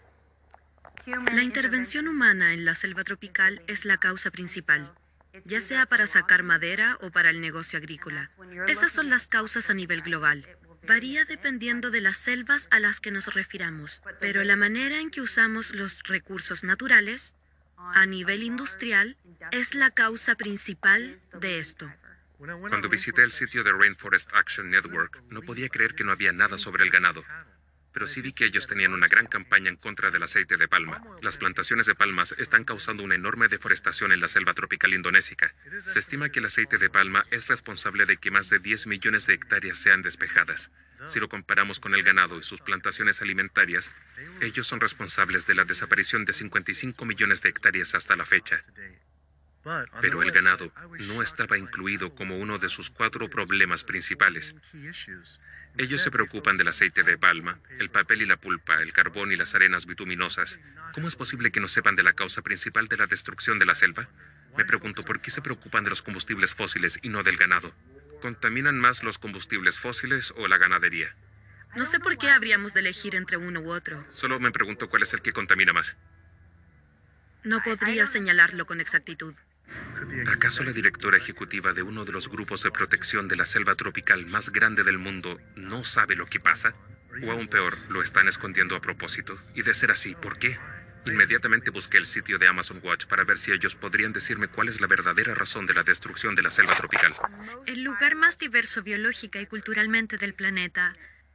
La intervención humana en la selva tropical es la causa principal, ya sea para sacar madera o para el negocio agrícola. Esas son las causas a nivel global. Varía dependiendo de las selvas a las que nos refiramos, pero la manera en que usamos los recursos naturales, a nivel industrial, es la causa principal de esto. Cuando visité el sitio de Rainforest Action Network, no podía creer que no había nada sobre el ganado. Pero sí vi que ellos tenían una gran campaña en contra del aceite de palma. Las plantaciones de palmas están causando una enorme deforestación en la selva tropical indonésica. Se estima que el aceite de palma es responsable de que más de 10 millones de hectáreas sean despejadas. Si lo comparamos con el ganado y sus plantaciones alimentarias, ellos son responsables de la desaparición de 55 millones de hectáreas hasta la fecha. Pero el ganado no estaba incluido como uno de sus 4 problemas principales. Ellos se preocupan del aceite de palma, el papel y la pulpa, el carbón y las arenas bituminosas. ¿Cómo es posible que no sepan de la causa principal de la destrucción de la selva? Me pregunto por qué se preocupan de los combustibles fósiles y no del ganado. ¿Contaminan más los combustibles fósiles o la ganadería? No sé por qué habríamos de elegir entre uno u otro. Solo me pregunto cuál es el que contamina más. No podría señalarlo con exactitud. ¿Acaso la directora ejecutiva de uno de los grupos de protección de la selva tropical más grande del mundo no sabe lo que pasa? O aún peor, lo están escondiendo a propósito. Y de ser así, ¿por qué? Inmediatamente busqué el sitio de Amazon Watch para ver si ellos podrían decirme cuál es la verdadera razón de la destrucción de la selva tropical. El lugar más diverso biológica y culturalmente del planeta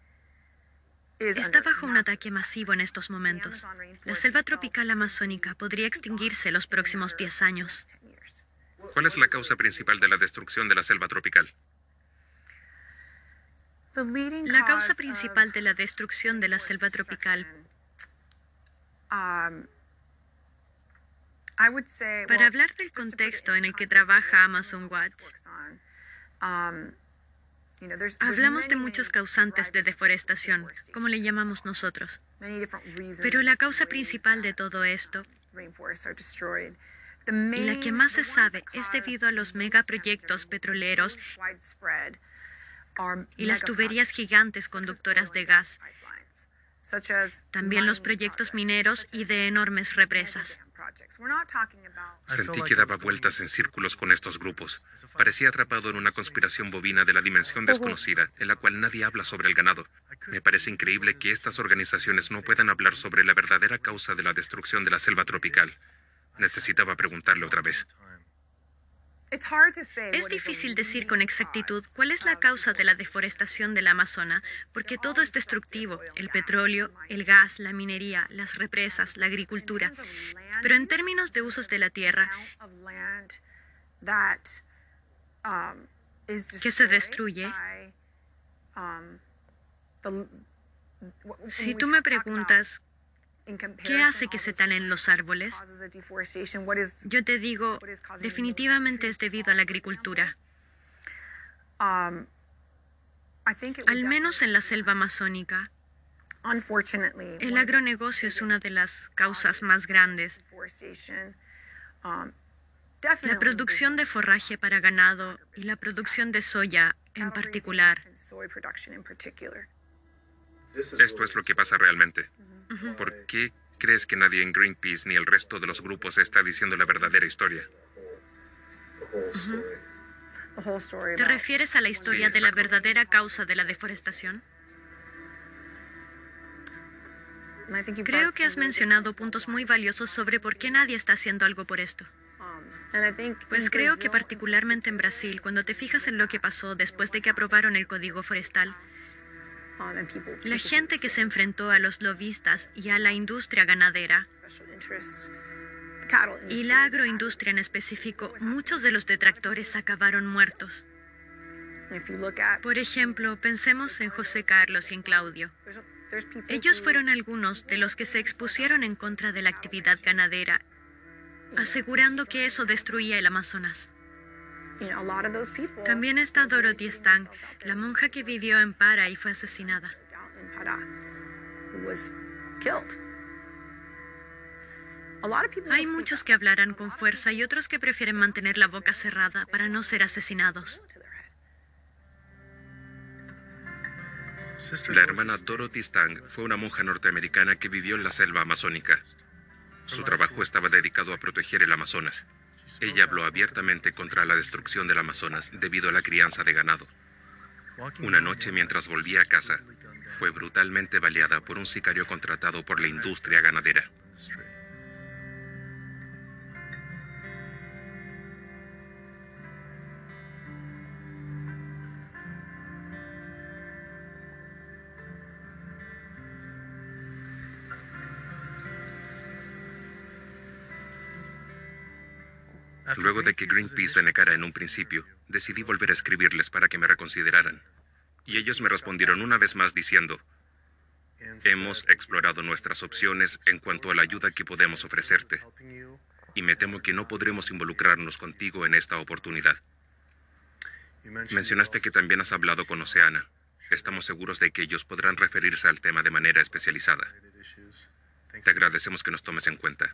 está bajo un ataque masivo en estos momentos. La selva tropical amazónica podría extinguirse los próximos 10 años. ¿Cuál es la causa principal de la destrucción de la selva tropical? La causa principal de la destrucción de la selva tropical, para hablar del contexto en el que trabaja Amazon Watch, hablamos de muchos causantes de deforestación, como le llamamos nosotros. Pero la causa principal de todo esto, y la que más se sabe, es debido a los megaproyectos petroleros y las tuberías gigantes conductoras de gas, también los proyectos mineros y de enormes represas. Sentí que daba vueltas en círculos con estos grupos. Parecía atrapado en una conspiración bovina de la dimensión desconocida, en la cual nadie habla sobre el ganado. Me parece increíble que estas organizaciones no puedan hablar sobre la verdadera causa de la destrucción de la selva tropical. Necesitaba preguntarle otra vez. Es difícil decir con exactitud cuál es la causa de la deforestación del Amazonas, porque todo es destructivo: el petróleo, el gas, la minería, las represas, la agricultura. Pero en términos de usos de la tierra, que se destruye, si tú me preguntas ¿qué hace que se talen los árboles? Yo te digo, definitivamente es debido a la agricultura. Al menos en la selva amazónica, el agronegocio es una de las causas más grandes. La producción de forraje para ganado y la producción de soya en particular. Esto es lo que pasa realmente. ¿Por qué crees que nadie en Greenpeace ni el resto de los grupos está diciendo la verdadera historia? ¿Te refieres a la historia de la verdadera causa de la deforestación? Creo que has mencionado puntos muy valiosos sobre por qué nadie está haciendo algo por esto. Pues creo que particularmente en Brasil, cuando te fijas en lo que pasó después de que aprobaron el Código Forestal, la gente que se enfrentó a los lobistas y a la industria ganadera y la agroindustria en específico, muchos de los detractores acabaron muertos. Por ejemplo, pensemos en José Carlos y en Claudio. Ellos fueron algunos de los que se expusieron en contra de la actividad ganadera, asegurando que eso destruía el Amazonas. También está Dorothy Stang, la monja que vivió en Para y fue asesinada. Hay muchos que hablarán con fuerza y otros que prefieren mantener la boca cerrada para no ser asesinados. La hermana Dorothy Stang fue una monja norteamericana que vivió en la selva amazónica. Su trabajo estaba dedicado a proteger el Amazonas. Ella habló abiertamente contra la destrucción del Amazonas debido a la crianza de ganado. Una noche, mientras volvía a casa, fue brutalmente baleada por un sicario contratado por la industria ganadera. Luego de que Greenpeace se negara en un principio, decidí volver a escribirles para que me reconsideraran. Y ellos me respondieron una vez más diciendo: hemos explorado nuestras opciones en cuanto a la ayuda que podemos ofrecerte, y me temo que no podremos involucrarnos contigo en esta oportunidad. Mencionaste que también has hablado con Oceana. Estamos seguros de que ellos podrán referirse al tema de manera especializada. Te agradecemos que nos tomes en cuenta.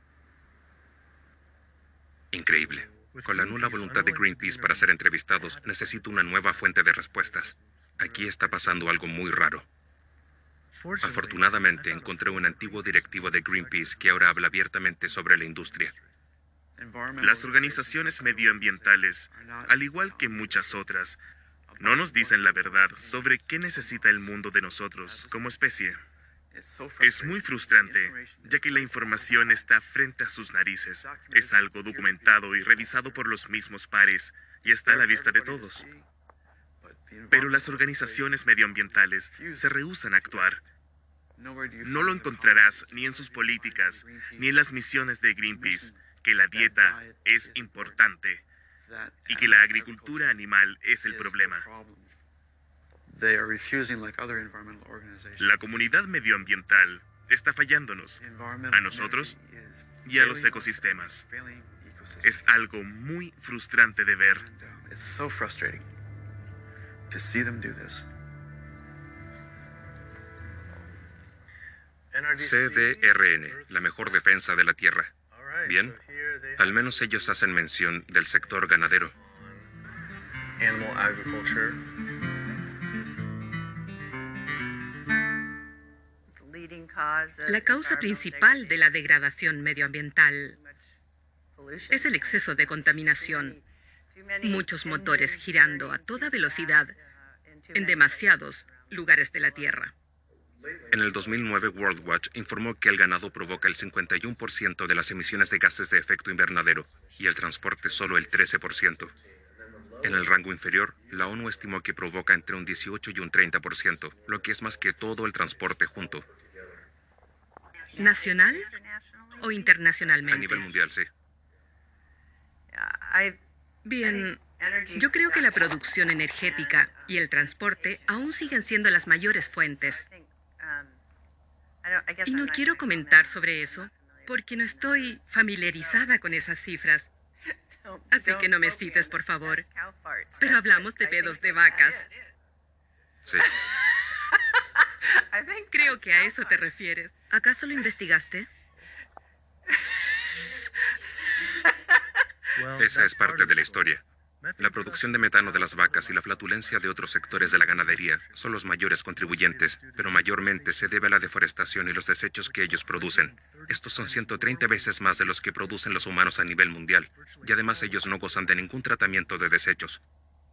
Increíble. Con la nula voluntad de Greenpeace para ser entrevistados, necesito una nueva fuente de respuestas. Aquí está pasando algo muy raro. Afortunadamente, encontré un antiguo directivo de Greenpeace que ahora habla abiertamente sobre la industria. Las organizaciones medioambientales, al igual que muchas otras, no nos dicen la verdad sobre qué necesita el mundo de nosotros como especie. Es muy frustrante, ya que la información está frente a sus narices. Es algo documentado y revisado por los mismos pares y está a la vista de todos. Pero las organizaciones medioambientales se rehúsan a actuar. No lo encontrarás ni en sus políticas, ni en las misiones de Greenpeace, que la dieta es importante y que la agricultura animal es el problema. La comunidad medioambiental está fallándonos, a nosotros y a los ecosistemas. Es algo muy frustrante de ver. CDRN, la mejor defensa de la tierra. Bien, al menos ellos hacen mención del sector ganadero. La causa principal de la degradación medioambiental es el exceso de contaminación. Muchos motores girando a toda velocidad en demasiados lugares de la Tierra. En el 2009, World Watch informó que el ganado provoca el 51% de las emisiones de gases de efecto invernadero y el transporte solo el 13%. En el rango inferior, la ONU estimó que provoca entre un 18 y un 30%, lo que es más que todo el transporte junto. ¿Nacional o internacionalmente? A nivel mundial, sí. Bien, yo creo que la producción energética y el transporte aún siguen siendo las mayores fuentes. Y no quiero comentar sobre eso porque no estoy familiarizada con esas cifras. Así que no me cites, por favor. Pero hablamos de pedos de vacas. Sí. Creo que a eso te refieres. ¿Acaso lo investigaste? Esa es parte de la historia. La producción de metano de las vacas y la flatulencia de otros sectores de la ganadería son los mayores contribuyentes, pero mayormente se debe a la deforestación y los desechos que ellos producen. Estos son 130 veces más de los que producen los humanos a nivel mundial, y además ellos no gozan de ningún tratamiento de desechos.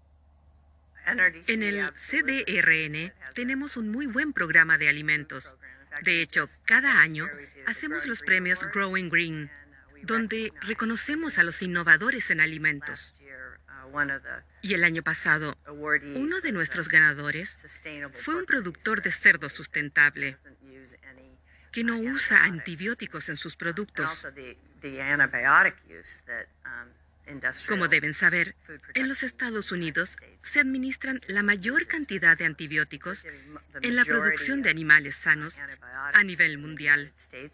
En el CDRN tenemos un muy buen programa de alimentos. De hecho, cada año hacemos los premios Growing Green, donde reconocemos a los innovadores en alimentos. Y el año pasado, uno de nuestros ganadores fue un productor de cerdo sustentable que no usa antibióticos en sus productos. Como deben saber, en los Estados Unidos se administran la mayor cantidad de antibióticos en la producción de animales sanos a nivel mundial.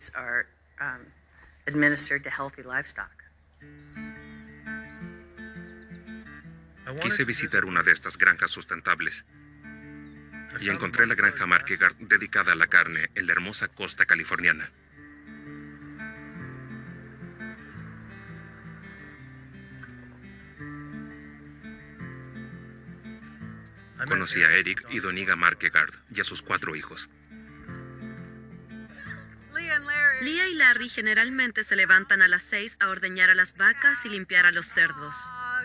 Quise visitar una de estas granjas sustentables y encontré la granja Markegard dedicada a la carne en la hermosa costa californiana. Conocí a Eric y Doniga Markegard y a sus 4 hijos. Leah y Larry generalmente se levantan a las 6 a ordeñar a las vacas y limpiar a los cerdos.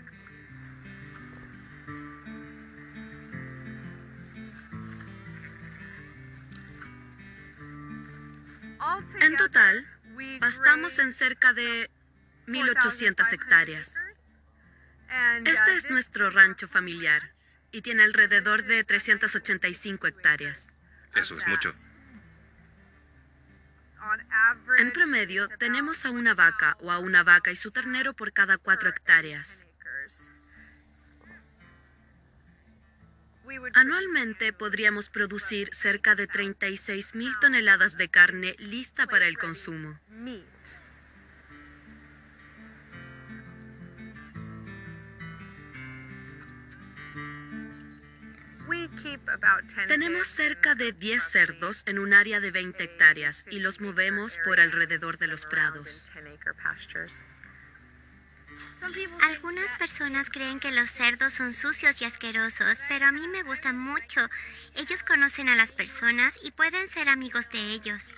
En total, pastamos en cerca de 1.800 hectáreas. Este es nuestro rancho familiar y tiene alrededor de 385 hectáreas. Eso es mucho. En promedio, tenemos a una vaca o a una vaca y su ternero por cada 4 hectáreas. Anualmente podríamos producir cerca de 36,000 toneladas de carne lista para el consumo. Tenemos cerca de 10 cerdos en un área de 20 hectáreas y los movemos por alrededor de los prados. Algunas personas creen que los cerdos son sucios y asquerosos, pero a mí me gustan mucho. Ellos conocen a las personas y pueden ser amigos de ellos.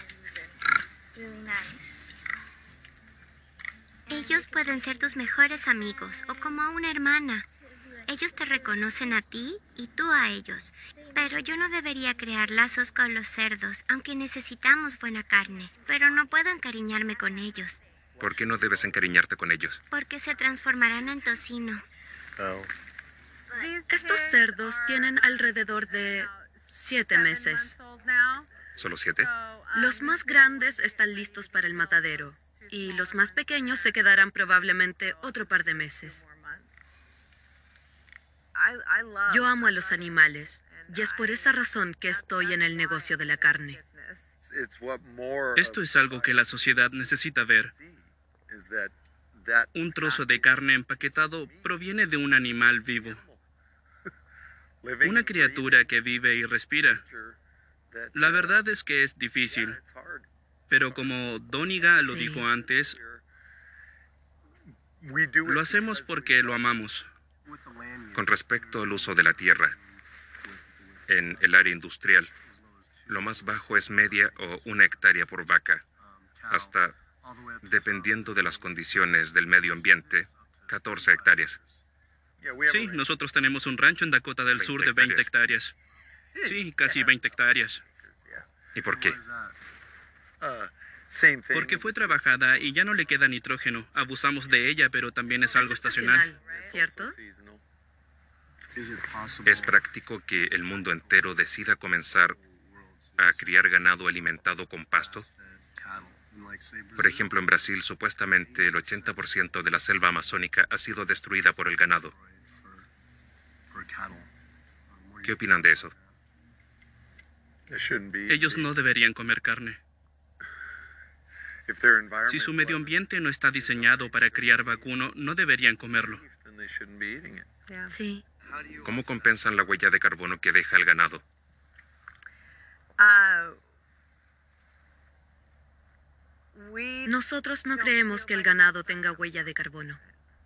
Ellos pueden ser tus mejores amigos o como una hermana. Ellos te reconocen a ti y tú a ellos. Pero yo no debería crear lazos con los cerdos, aunque necesitamos buena carne. Pero no puedo encariñarme con ellos. ¿Por qué no debes encariñarte con ellos? Porque se transformarán en tocino. Estos cerdos tienen alrededor de 7 meses. ¿Solo 7? Los más grandes están listos para el matadero y los más pequeños se quedarán probablemente otro par de meses. Yo amo a los animales y es por esa razón que estoy en el negocio de la carne. Esto es algo que la sociedad necesita ver. Un trozo de carne empaquetado proviene de un animal vivo. Una criatura que vive y respira. La verdad es que es difícil. Pero como Doniga lo dijo antes, lo hacemos porque lo amamos. Con respecto al uso de la tierra en el área industrial, Lo más bajo es media o 1 hectárea por vaca, hasta, dependiendo de las condiciones del medio ambiente, 14 hectáreas. Sí, nosotros tenemos un rancho en Dakota del Sur de 20 hectáreas. Sí, casi 20 hectáreas. ¿Y por qué? Porque fue trabajada y ya no le queda nitrógeno. Abusamos de ella, pero también es algo estacional. ¿Cierto? ¿Es práctico que el mundo entero decida comenzar a criar ganado alimentado con pasto? Por ejemplo, en Brasil, supuestamente el 80% de la selva amazónica ha sido destruida por el ganado. ¿Qué opinan de eso? Ellos no deberían comer carne. Si su medio ambiente no está diseñado para criar vacuno, no deberían comerlo. Sí. ¿Cómo compensan la huella de carbono que deja el ganado? Nosotros no creemos que el ganado tenga huella de carbono.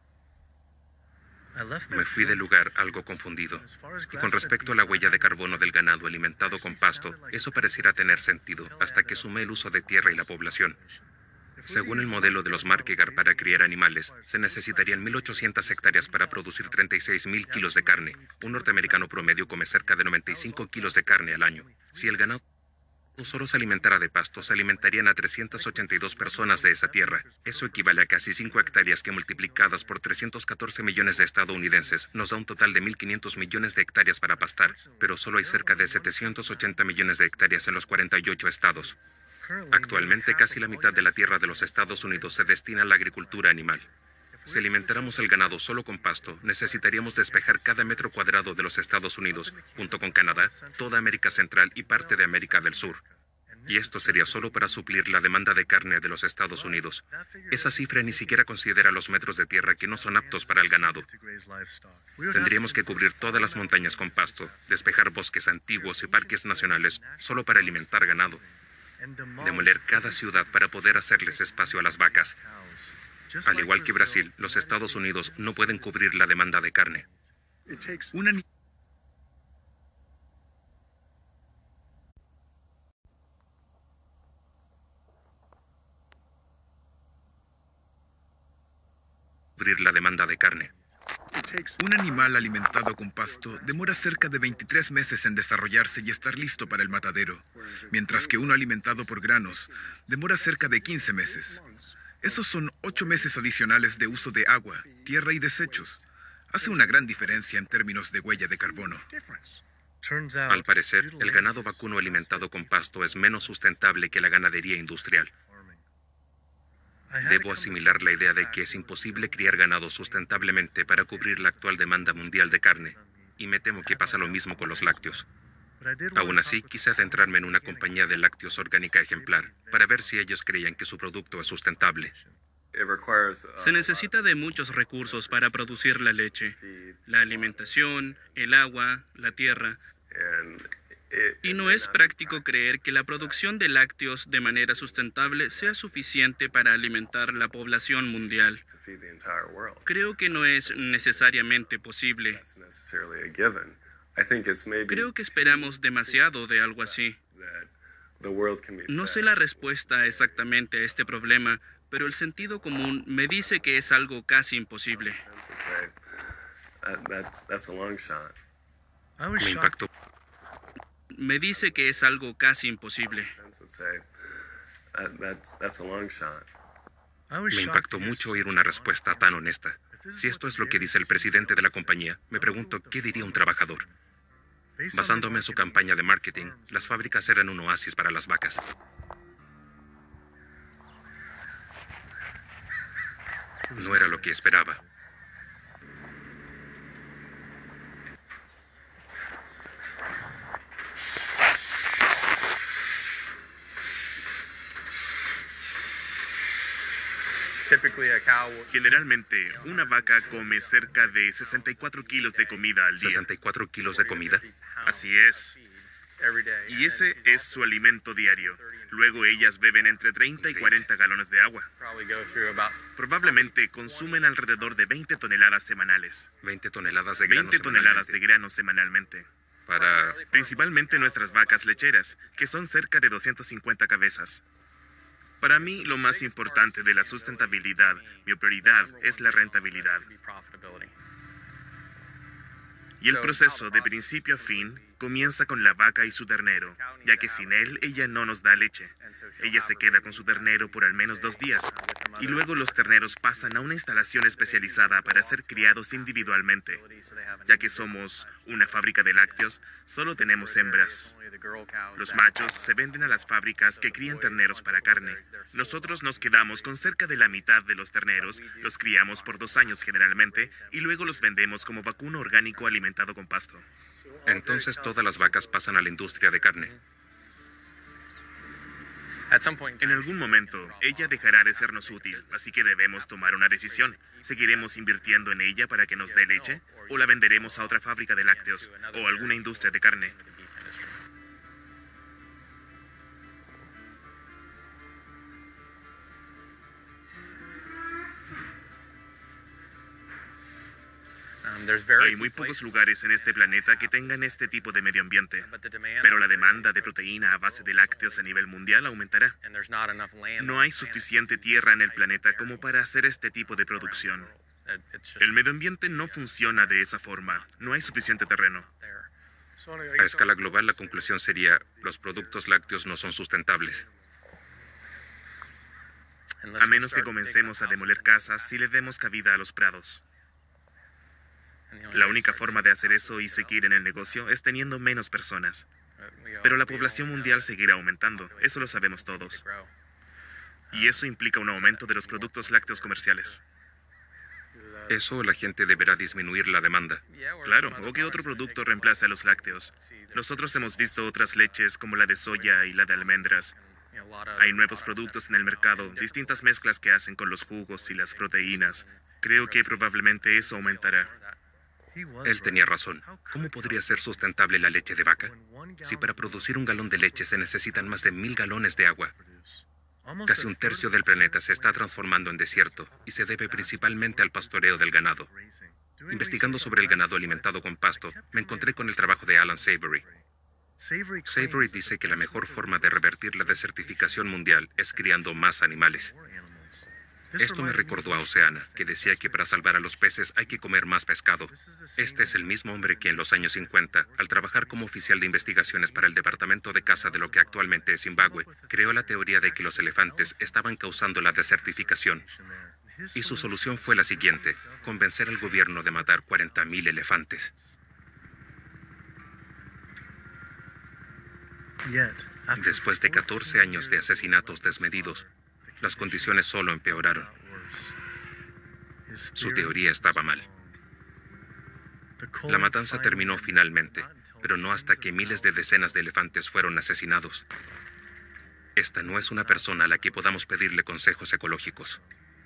Me fui del lugar algo confundido. Y con respecto a la huella de carbono del ganado alimentado con pasto, eso pareciera tener sentido hasta que sumé el uso de tierra y la población. Según el modelo de los Markegar para criar animales, se necesitarían 1.800 hectáreas para producir 36.000 kilos de carne. Un norteamericano promedio come cerca de 95 kilos de carne al año. Si el ganado solo se alimentara de pasto, se alimentarían a 382 personas de esa tierra. Eso equivale a casi 5 hectáreas que multiplicadas por 314 millones de estadounidenses nos da un total de 1.500 millones de hectáreas para pastar, pero solo hay cerca de 780 millones de hectáreas en los 48 estados. Actualmente, casi la mitad de la tierra de los Estados Unidos se destina a la agricultura animal. Si alimentáramos el ganado solo con pasto, necesitaríamos despejar cada metro cuadrado de los Estados Unidos, junto con Canadá, toda América Central y parte de América del Sur. Y esto sería solo para suplir la demanda de carne de los Estados Unidos. Esa cifra ni siquiera considera los metros de tierra que no son aptos para el ganado. Tendríamos que cubrir todas las montañas con pasto, despejar bosques antiguos y parques nacionales solo para alimentar ganado. Demoler cada ciudad para poder hacerles espacio a las vacas. Al igual que Brasil, los Estados Unidos no pueden cubrir la demanda de carne. Cubrir la demanda de carne. Un animal alimentado con pasto demora cerca de 23 meses en desarrollarse y estar listo para el matadero, mientras que uno alimentado por granos demora cerca de 15 meses. Esos son 8 meses adicionales de uso de agua, tierra y desechos. Hace una gran diferencia en términos de huella de carbono. Al parecer, el ganado vacuno alimentado con pasto es menos sustentable que la ganadería industrial. Debo asimilar la idea de que es imposible criar ganado sustentablemente para cubrir la actual demanda mundial de carne, y me temo que pasa lo mismo con los lácteos. Aún así, quise adentrarme en una compañía de lácteos orgánica ejemplar, para ver si ellos creían que su producto es sustentable. Se necesita de muchos recursos para producir la leche, la alimentación, el agua, la tierra. Y no es práctico creer que la producción de lácteos de manera sustentable sea suficiente para alimentar la población mundial. Creo que no es necesariamente posible. Creo que esperamos demasiado de algo así. No sé la respuesta exactamente a este problema, pero el sentido común me dice que es algo casi imposible. Me impactó. Me dice que es algo casi imposible. Me impactó mucho oír una respuesta tan honesta. Si esto es lo que dice el presidente de la compañía, me pregunto qué diría un trabajador. Basándome en su campaña de marketing, las fábricas eran un oasis para las vacas. No era lo que esperaba. Generalmente, una vaca come cerca de 64 kilos de comida al día. ¿64 kilos de comida? Así es. Y ese es su alimento diario. Luego ellas beben entre 30 y 40 galones de agua. Probablemente consumen alrededor de 20 toneladas semanales. 20 toneladas de granos 20 toneladas de granos semanalmente. para... Principalmente nuestras vacas lecheras, que son cerca de 250 cabezas. Para mí, lo más importante de la sustentabilidad, mi prioridad, es la rentabilidad. Y el proceso, de principio a fin, comienza con la vaca y su ternero, ya que sin él, ella no nos da leche. Ella se queda con su ternero por al menos 2 días, y luego los terneros pasan a una instalación especializada para ser criados individualmente. Ya que somos una fábrica de lácteos, solo tenemos hembras. Los machos se venden a las fábricas que crían terneros para carne. Nosotros nos quedamos con cerca de la mitad de los terneros, los criamos por 2 años generalmente, y luego los vendemos como vacuno orgánico alimentado con pasto. Entonces todas las vacas pasan a la industria de carne. En algún momento, ella dejará de sernos útil, así que debemos tomar una decisión. ¿Seguiremos invirtiendo en ella para que nos dé leche? ¿O la venderemos a otra fábrica de lácteos? ¿O alguna industria de carne? Hay muy pocos lugares en este planeta que tengan este tipo de medio ambiente, pero la demanda de proteína a base de lácteos a nivel mundial aumentará. No hay suficiente tierra en el planeta como para hacer este tipo de producción. El medio ambiente no funciona de esa forma, no hay suficiente terreno. A escala global, la conclusión sería, los productos lácteos no son sustentables. A menos que comencemos a demoler casas y le demos cabida a los prados. La única forma de hacer eso y seguir en el negocio es teniendo menos personas. Pero la población mundial seguirá aumentando, eso lo sabemos todos. Y eso implica un aumento de los productos lácteos comerciales. Eso la gente deberá disminuir la demanda. Claro, o que otro producto reemplace a los lácteos. Nosotros hemos visto otras leches como la de soya y la de almendras. Hay nuevos productos en el mercado, distintas mezclas que hacen con los jugos y las proteínas. Creo que probablemente eso aumentará. Él tenía razón. ¿Cómo podría ser sustentable la leche de vaca? Si para producir 1 galón de leche se necesitan más de 1000 galones de agua. Casi 1/3 del planeta se está transformando en desierto y se debe principalmente al pastoreo del ganado. Investigando sobre el ganado alimentado con pasto, me encontré con el trabajo de Alan Savory. Savory dice que la mejor forma de revertir la desertificación mundial es criando más animales. Esto me recordó a Oceana, que decía que para salvar a los peces hay que comer más pescado. Este es el mismo hombre que en los años 50, al trabajar como oficial de investigaciones para el Departamento de Caza de lo que actualmente es Zimbabue, creó la teoría de que los elefantes estaban causando la desertificación. Y su solución fue la siguiente: convencer al gobierno de matar 40.000 elefantes. Después de 14 años de asesinatos desmedidos, las condiciones solo empeoraron. Su teoría estaba mal. La matanza terminó finalmente, pero no hasta que miles de decenas de elefantes fueron asesinados. Esta no es una persona a la que podamos pedirle consejos ecológicos.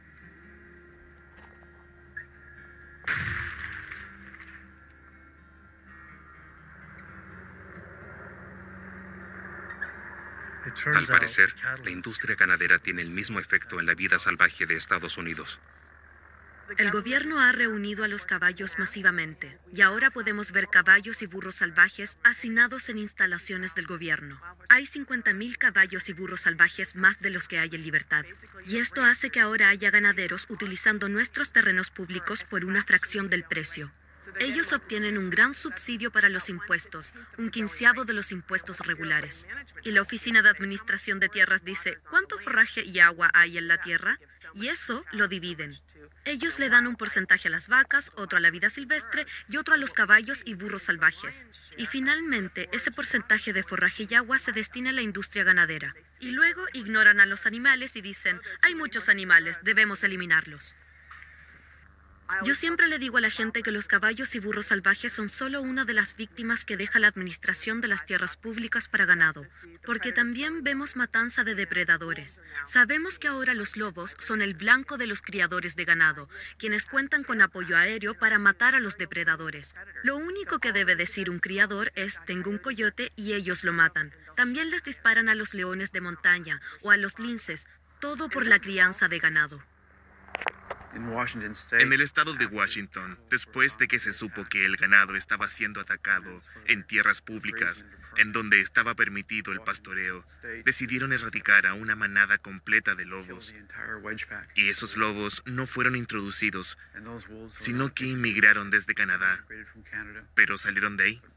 Al parecer, la industria ganadera tiene el mismo efecto en la vida salvaje de Estados Unidos. El gobierno ha reunido a los caballos masivamente y ahora podemos ver caballos y burros salvajes hacinados en instalaciones del gobierno. Hay 50.000 caballos y burros salvajes más de los que hay en libertad. Y esto hace que ahora haya ganaderos utilizando nuestros terrenos públicos por una fracción del precio. Ellos obtienen un gran subsidio para los impuestos, 1/15 de los impuestos regulares. Y la Oficina de Administración de Tierras dice, ¿cuánto forraje y agua hay en la tierra? Y eso lo dividen. Ellos le dan un porcentaje a las vacas, otro a la vida silvestre y otro a los caballos y burros salvajes. Y finalmente, ese porcentaje de forraje y agua se destina a la industria ganadera. Y luego ignoran a los animales y dicen, hay muchos animales, debemos eliminarlos. Yo siempre le digo a la gente que los caballos y burros salvajes son solo una de las víctimas que deja la administración de las tierras públicas para ganado, porque también vemos matanza de depredadores. Sabemos que ahora los lobos son el blanco de los criadores de ganado, quienes cuentan con apoyo aéreo para matar a los depredadores. Lo único que debe decir un criador es, tengo un coyote y ellos lo matan. También les disparan a los leones de montaña o a los linces, todo por la crianza de ganado. En el estado de Washington, después de que se supo que el ganado estaba siendo atacado en tierras públicas, en donde estaba permitido el pastoreo, decidieron erradicar a una manada completa de lobos. Y esos lobos no fueron introducidos, sino que inmigraron desde Canadá. Pero salieron de ahí.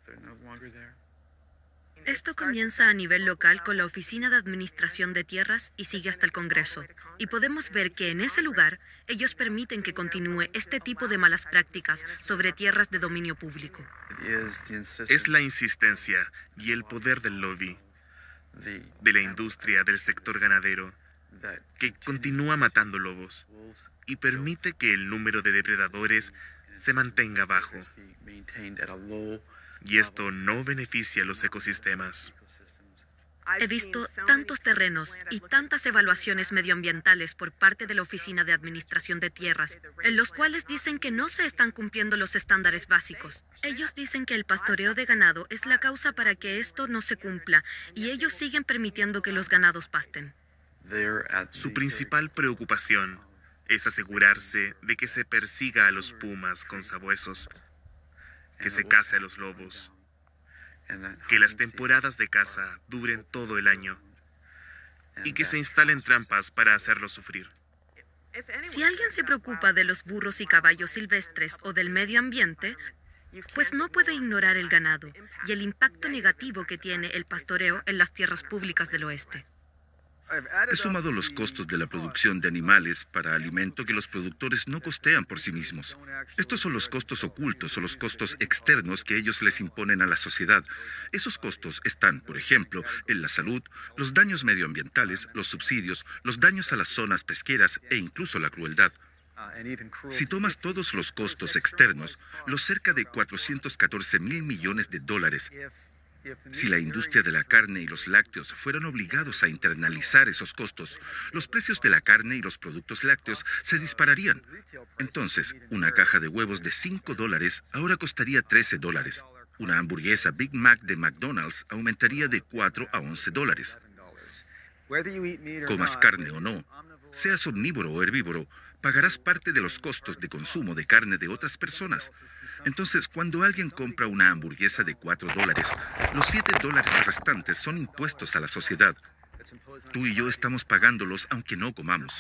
Esto comienza a nivel local con la Oficina de Administración de Tierras y sigue hasta el Congreso. Y podemos ver que en ese lugar ellos permiten que continúe este tipo de malas prácticas sobre tierras de dominio público. Es la insistencia y el poder del lobby, de la industria del sector ganadero, que continúa matando lobos y permite que el número de depredadores se mantenga bajo. Y esto no beneficia a los ecosistemas. He visto tantos terrenos y tantas evaluaciones medioambientales por parte de la Oficina de Administración de Tierras, en los cuales dicen que no se están cumpliendo los estándares básicos. Ellos dicen que el pastoreo de ganado es la causa para que esto no se cumpla, y ellos siguen permitiendo que los ganados pasten. Su principal preocupación es asegurarse de que se persiga a los pumas con sabuesos, que se cace a los lobos, que las temporadas de caza duren todo el año y que se instalen trampas para hacerlos sufrir. Si alguien se preocupa de los burros y caballos silvestres o del medio ambiente, pues no puede ignorar el ganado y el impacto negativo que tiene el pastoreo en las tierras públicas del oeste. He sumado los costos de la producción de animales para alimento que los productores no costean por sí mismos. Estos son los costos ocultos o los costos externos que ellos les imponen a la sociedad. Esos costos están, por ejemplo, en la salud, los daños medioambientales, los subsidios, los daños a las zonas pesqueras e incluso la crueldad. Si tomas todos los costos externos, los cerca de 414,000 millones de dólares, si la industria de la carne y los lácteos fueran obligados a internalizar esos costos, los precios de la carne y los productos lácteos se dispararían. Entonces, una caja de huevos de $5 ahora costaría $13. Una hamburguesa Big Mac de McDonald's aumentaría de $4 a $11. Comas carne o no, seas omnívoro o herbívoro, pagarás parte de los costos de consumo de carne de otras personas. Entonces, cuando alguien compra una hamburguesa de $4, los $7 restantes son impuestos a la sociedad. Tú y yo estamos pagándolos aunque no comamos.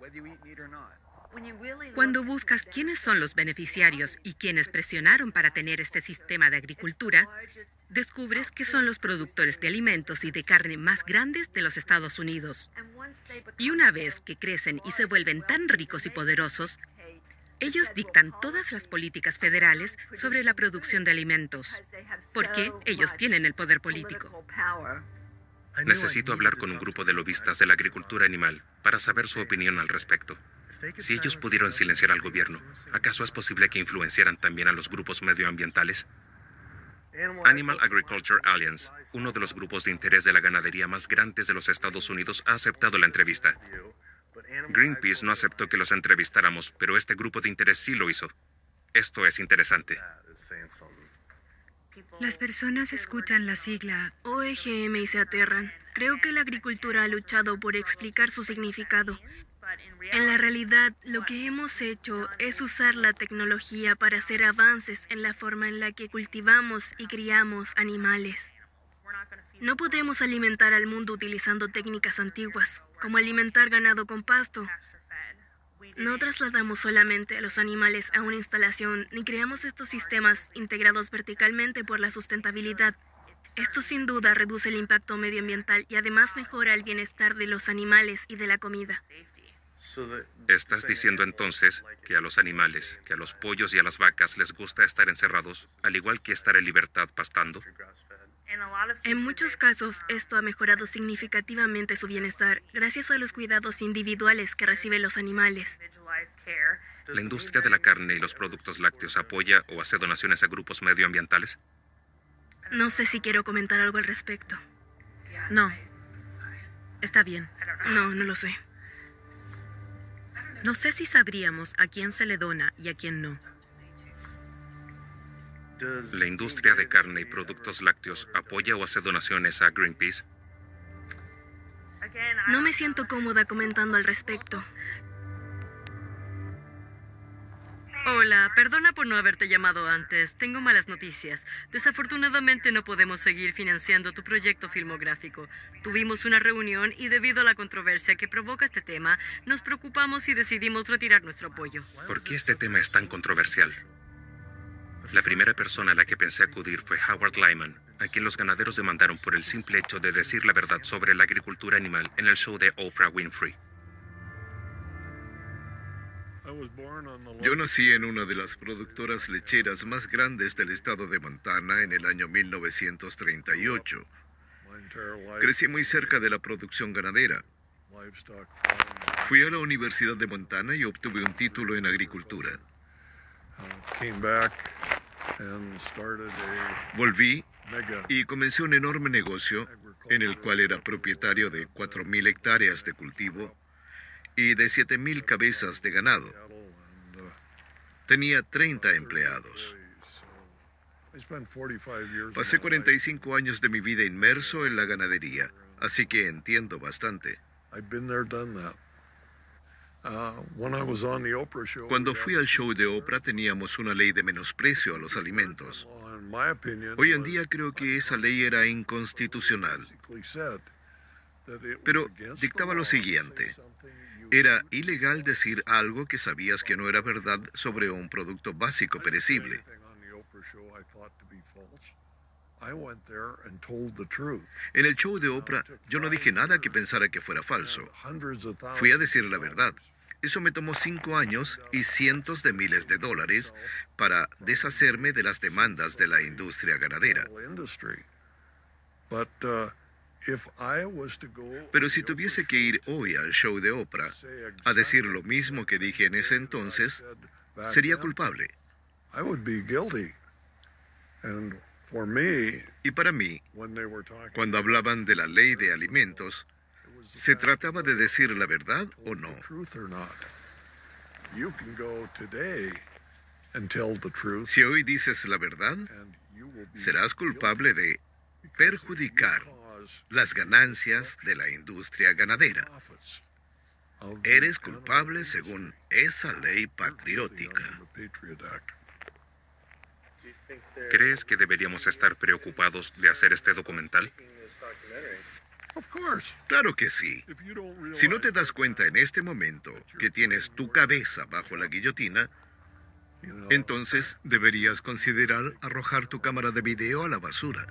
Cuando buscas quiénes son los beneficiarios y quienes presionaron para tener este sistema de agricultura, descubres que son los productores de alimentos y de carne más grandes de los Estados Unidos. Y una vez que crecen y se vuelven tan ricos y poderosos, ellos dictan todas las políticas federales sobre la producción de alimentos, porque ellos tienen el poder político. Necesito hablar con un grupo de lobistas de la agricultura animal para saber su opinión al respecto. Si ellos pudieron silenciar al gobierno, ¿acaso es posible que influenciaran también a los grupos medioambientales? Animal Agriculture Alliance, uno de los grupos de interés de la ganadería más grandes de los Estados Unidos, ha aceptado la entrevista. Greenpeace no aceptó que los entrevistáramos, pero este grupo de interés sí lo hizo. Esto es interesante. Las personas escuchan la sigla OEGM y se aterran. Creo que la agricultura ha luchado por explicar su significado. En la realidad, lo que hemos hecho es usar la tecnología para hacer avances en la forma en la que cultivamos y criamos animales. No podremos alimentar al mundo utilizando técnicas antiguas, como alimentar ganado con pasto. No trasladamos solamente a los animales a una instalación, ni creamos estos sistemas integrados verticalmente por la sustentabilidad. Esto sin duda reduce el impacto medioambiental y además mejora el bienestar de los animales y de la comida. ¿Estás diciendo entonces que a los animales, que a los pollos y a las vacas les gusta estar encerrados, al igual que estar en libertad pastando? En muchos casos, esto ha mejorado significativamente su bienestar, gracias a los cuidados individuales que reciben los animales. ¿La industria de la carne y los productos lácteos apoya o hace donaciones a grupos medioambientales? No sé si quiero comentar algo al respecto. No. Está bien. No lo sé. No sé si sabríamos a quién se le dona y a quién no. ¿La industria de carne y productos lácteos apoya o hace donaciones a Greenpeace? No me siento cómoda comentando al respecto. Hola, perdona por no haberte llamado antes. Tengo malas noticias. Desafortunadamente no podemos seguir financiando tu proyecto filmográfico. Tuvimos una reunión y debido a la controversia que provoca este tema, nos preocupamos y decidimos retirar nuestro apoyo. ¿Por qué este tema es tan controversial? La primera persona a la que pensé acudir fue Howard Lyman, a quien los ganaderos demandaron por el simple hecho de decir la verdad sobre la agricultura animal en el show de Oprah Winfrey. Yo nací en una de las productoras lecheras más grandes del estado de Montana en el año 1938. Crecí muy cerca de la producción ganadera. Fui a la Universidad de Montana y obtuve un título en agricultura. Volví y comencé un enorme negocio en el cual era propietario de 4,000 hectáreas de cultivo y de 7,000 cabezas de ganado. Tenía 30 empleados. Pasé 45 años de mi vida inmerso en la ganadería, así que entiendo bastante. Cuando fui al show de Oprah teníamos una ley de menosprecio a los alimentos. Hoy en día creo que esa ley era inconstitucional. Pero dictaba lo siguiente: era ilegal decir algo que sabías que no era verdad sobre un producto básico perecible. En el show de Oprah, yo no dije nada que pensara que fuera falso. Fui a decir la verdad. Eso me tomó 5 años y cientos de miles de dólares para deshacerme de las demandas de la industria ganadera. Pero si tuviese que ir hoy al show de Oprah a decir lo mismo que dije en ese entonces, sería culpable. Y para mí, cuando hablaban de la ley de alimentos, ¿se trataba de decir la verdad o no? Si hoy dices la verdad, serás culpable de perjudicar las ganancias de la industria ganadera. Eres culpable según esa ley patriótica. ¿Crees que deberíamos estar preocupados de hacer este documental? Claro que sí. Si no te das cuenta en este momento que tienes tu cabeza bajo la guillotina, entonces deberías considerar arrojar tu cámara de video a la basura.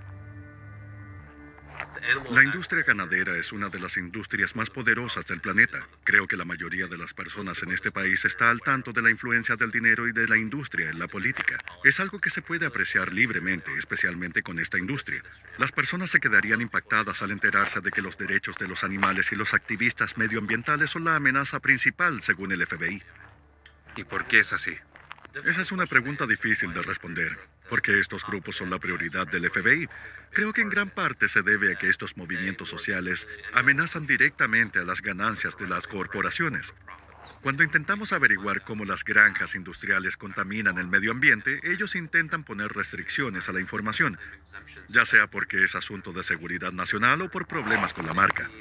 La industria ganadera es una de las industrias más poderosas del planeta. Creo que la mayoría de las personas en este país está al tanto de la influencia del dinero y de la industria en la política. Es algo que se puede apreciar libremente, especialmente con esta industria. Las personas se quedarían impactadas al enterarse de que los derechos de los animales y los activistas medioambientales son la amenaza principal, según el FBI. ¿Y por qué es así? Esa es una pregunta difícil de responder. ¿Por qué estos grupos son la prioridad del FBI? Creo que en gran parte se debe a que estos movimientos sociales amenazan directamente a las ganancias de las corporaciones. Cuando intentamos averiguar cómo las granjas industriales contaminan el medio ambiente, ellos intentan poner restricciones a la información, ya sea porque es asunto de seguridad nacional o por problemas con la marca.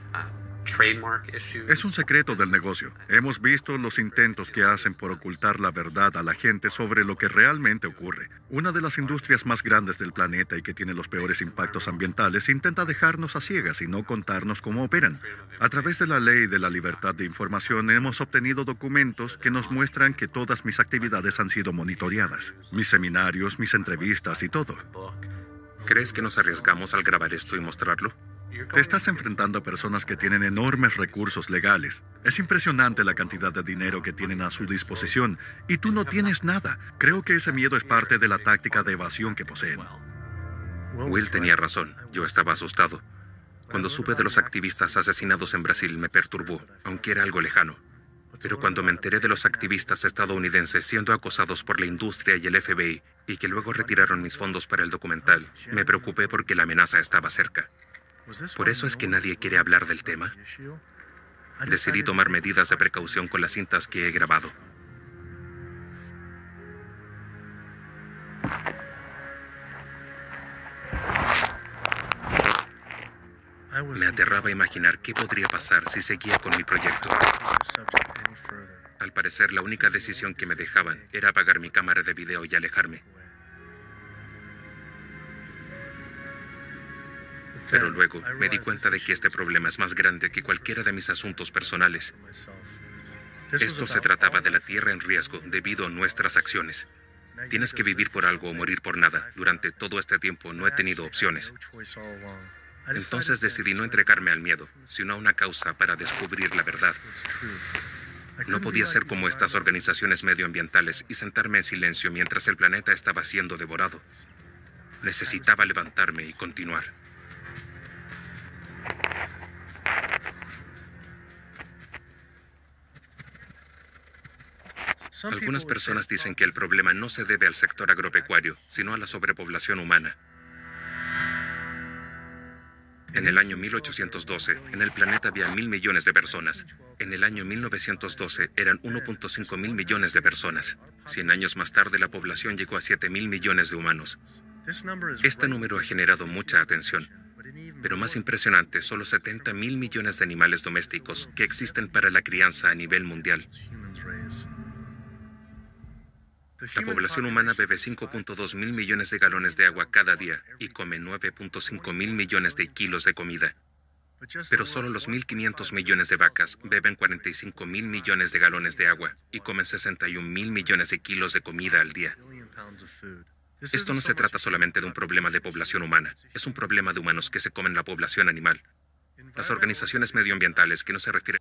Es un secreto del negocio. Hemos visto los intentos que hacen por ocultar la verdad a la gente sobre lo que realmente ocurre. Una de las industrias más grandes del planeta y que tiene los peores impactos ambientales intenta dejarnos a ciegas y no contarnos cómo operan. A través de la ley de la libertad de información hemos obtenido documentos que nos muestran que todas mis actividades han sido monitoreadas. Mis seminarios, mis entrevistas y todo. ¿Crees que nos arriesgamos al grabar esto y mostrarlo? Te estás enfrentando a personas que tienen enormes recursos legales. Es impresionante la cantidad de dinero que tienen a su disposición y tú no tienes nada. Creo que ese miedo es parte de la táctica de evasión que poseen. Will tenía razón. Yo estaba asustado. Cuando supe de los activistas asesinados en Brasil me perturbó, aunque era algo lejano. Pero cuando me enteré de los activistas estadounidenses siendo acosados por la industria y el FBI y que luego retiraron mis fondos para el documental, me preocupé porque la amenaza estaba cerca. ¿Por eso es que nadie quiere hablar del tema? Decidí tomar medidas de precaución con las cintas que he grabado. Me aterraba imaginar qué podría pasar si seguía con mi proyecto. Al parecer, la única decisión que me dejaban era apagar mi cámara de video y alejarme. Pero luego me di cuenta de que este problema es más grande que cualquiera de mis asuntos personales. Esto se trataba de la tierra en riesgo debido a nuestras acciones. Tienes que vivir por algo o morir por nada. Durante todo este tiempo no he tenido opciones. Entonces decidí no entregarme al miedo, sino a una causa para descubrir la verdad. No podía ser como estas organizaciones medioambientales y sentarme en silencio mientras el planeta estaba siendo devorado. Necesitaba levantarme y continuar. Algunas personas dicen que el problema no se debe al sector agropecuario, sino a la sobrepoblación humana. En el año 1812, en el planeta había 1.000 millones de personas. En el año 1912 eran 1.5 mil millones de personas. 100 años más tarde la población llegó a 7.000 millones de humanos. Este número ha generado mucha atención. Pero más impresionante son los 70.000 millones de animales domésticos que existen para la crianza a nivel mundial. La población humana bebe 5.2 mil millones de galones de agua cada día y come 9.5 mil millones de kilos de comida. Pero solo los 1.500 millones de vacas beben 45 mil millones de galones de agua y comen 61 mil millones de kilos de comida al día. Esto no se trata solamente de un problema de población humana, es un problema de humanos que se comen la población animal. Las organizaciones medioambientales que no se refieren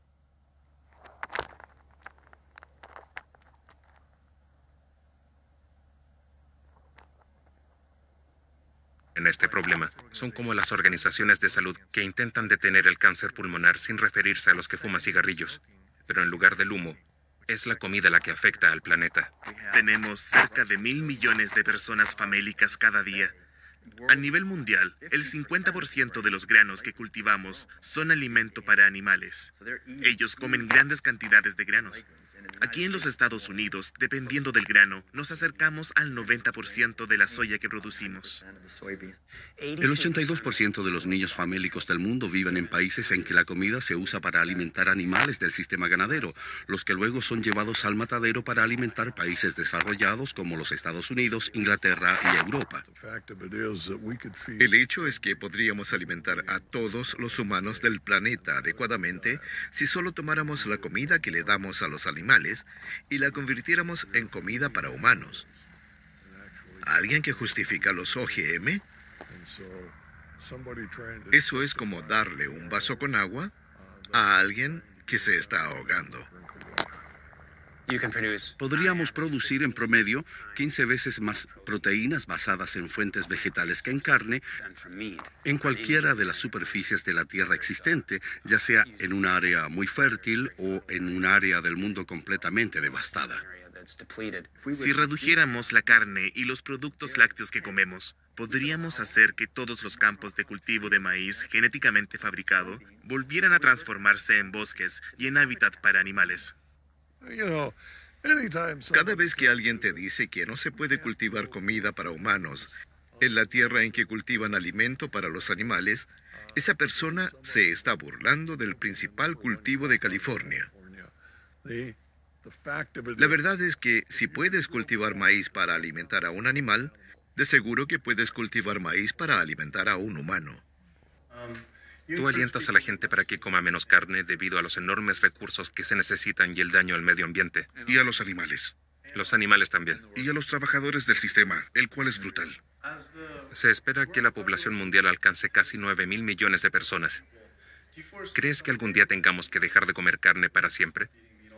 en este problema son como las organizaciones de salud que intentan detener el cáncer pulmonar sin referirse a los que fuman cigarrillos. Pero en lugar del humo, es la comida la que afecta al planeta. Tenemos cerca de 1.000 millones de personas famélicas cada día. A nivel mundial, el 50% de los granos que cultivamos son alimento para animales. Ellos comen grandes cantidades de granos. Aquí en los Estados Unidos, dependiendo del grano, nos acercamos al 90% de la soya que producimos. El 82% de los niños famélicos del mundo viven en países en que la comida se usa para alimentar animales del sistema ganadero, los que luego son llevados al matadero para alimentar países desarrollados como los Estados Unidos, Inglaterra y Europa. El hecho es que podríamos alimentar a todos los humanos del planeta adecuadamente si solo tomáramos la comida que le damos a los animales y la convirtiéramos en comida para humanos. ¿Alguien que justifica los OGM? Eso es como darle un vaso con agua a alguien que se está ahogando. Podríamos producir en promedio 15 veces más proteínas basadas en fuentes vegetales que en carne en cualquiera de las superficies de la Tierra existente, ya sea en un área muy fértil o en un área del mundo completamente devastada. Si redujéramos la carne y los productos lácteos que comemos, podríamos hacer que todos los campos de cultivo de maíz genéticamente fabricado volvieran a transformarse en bosques y en hábitat para animales. Cada vez que alguien te dice que no se puede cultivar comida para humanos en la tierra en que cultivan alimento para los animales, esa persona se está burlando del principal cultivo de California. La verdad es que si puedes cultivar maíz para alimentar a un animal, de seguro que puedes cultivar maíz para alimentar a un humano. Tú alientas a la gente para que coma menos carne debido a los enormes recursos que se necesitan y el daño al medio ambiente. Y a los animales. Los animales también. Y a los trabajadores del sistema, el cual es brutal. Se espera que la población mundial alcance casi 9.000 millones de personas. ¿Crees que algún día tengamos que dejar de comer carne para siempre?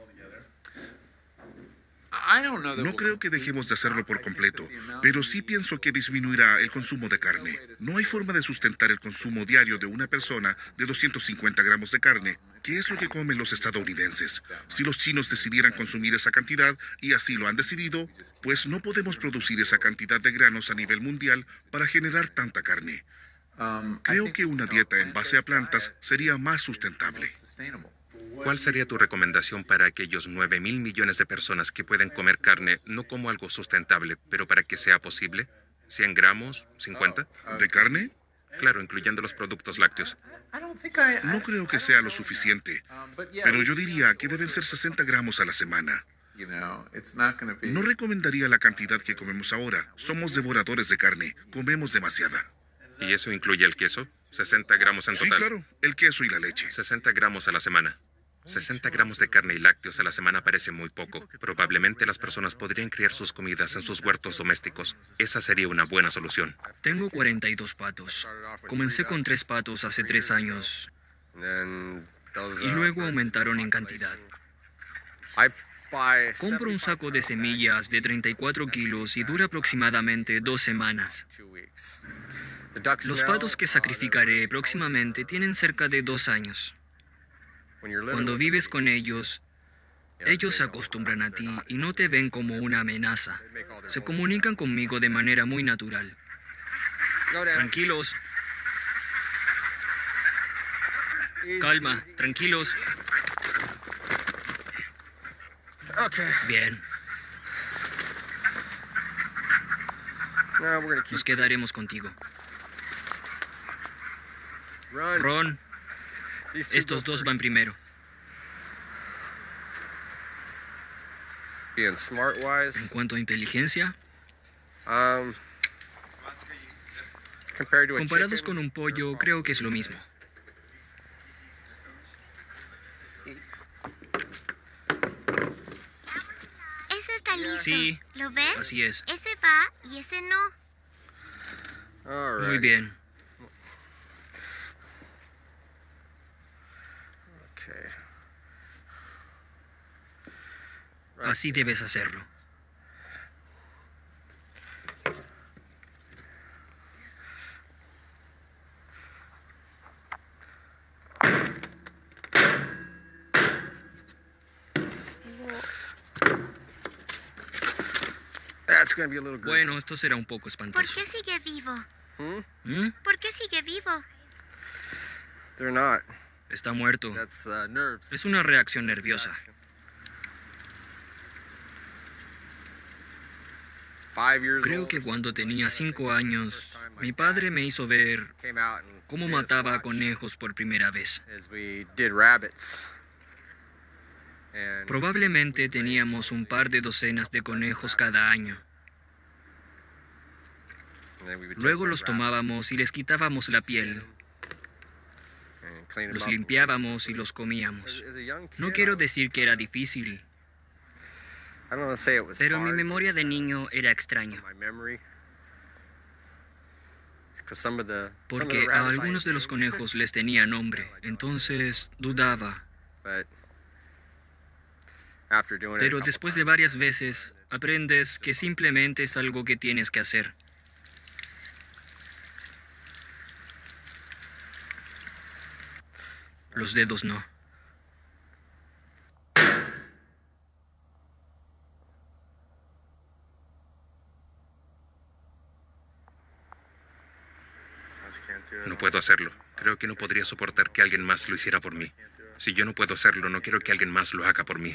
No creo que dejemos de hacerlo por completo, pero sí pienso que disminuirá el consumo de carne. No hay forma de sustentar el consumo diario de una persona de 250 gramos de carne, que es lo que comen los estadounidenses. Si los chinos decidieran consumir esa cantidad, y así lo han decidido, pues no podemos producir esa cantidad de granos a nivel mundial para generar tanta carne. Creo que una dieta en base a plantas sería más sustentable. ¿Cuál sería tu recomendación para aquellos 9.000 millones de personas que pueden comer carne no como algo sustentable, pero para que sea posible? ¿100 gramos? ¿50? ¿De carne? Claro, incluyendo los productos lácteos. No creo que sea lo suficiente, pero yo diría que deben ser 60 gramos a la semana. No recomendaría la cantidad que comemos ahora. Somos devoradores de carne, comemos demasiada. ¿Y eso incluye el queso? 60 gramos en total. Sí, claro, el queso y la leche. 60 gramos a la semana. 60 gramos de carne y lácteos a la semana parece muy poco. Probablemente las personas podrían criar sus comidas en sus huertos domésticos. Esa sería una buena solución. Tengo 42 patos. Comencé con 3 patos hace 3 años. Y luego aumentaron en cantidad. Compro un saco de semillas de 34 kilos y dura aproximadamente 2 semanas. Los patos que sacrificaré próximamente tienen cerca de 2 años. Cuando vives con ellos, ellos se acostumbran a ti y no te ven como una amenaza. Se comunican conmigo de manera muy natural. Tranquilos. Calma, tranquilos. Bien. Nos quedaremos contigo. Ron, estos dos van primero. En cuanto a inteligencia, comparados con un pollo, creo que es lo mismo. Ese está listo. Sí, ¿Lo ves? así es. Ese va y ese no. Muy bien. Así debes hacerlo. Bueno, esto será un poco ¿Por espantoso. qué sigue vivo? ¿Mm? ¿Por qué sigue vivo? Está muerto. Es una reacción nerviosa. Creo que cuando tenía 5 años, mi padre me hizo ver cómo mataba a conejos por primera vez. Probablemente teníamos un par de docenas de conejos cada año. Luego los tomábamos y les quitábamos la piel. Los limpiábamos y los comíamos. No quiero decir que era difícil, pero mi memoria de niño era extraña. Porque a algunos de los conejos les tenía nombre, entonces dudaba. Pero después de varias veces, aprendes que simplemente es algo que tienes que hacer. Los dedos no. No puedo hacerlo. Creo que no podría soportar que alguien más lo hiciera por mí. Si yo no puedo hacerlo, no quiero que alguien más lo haga por mí.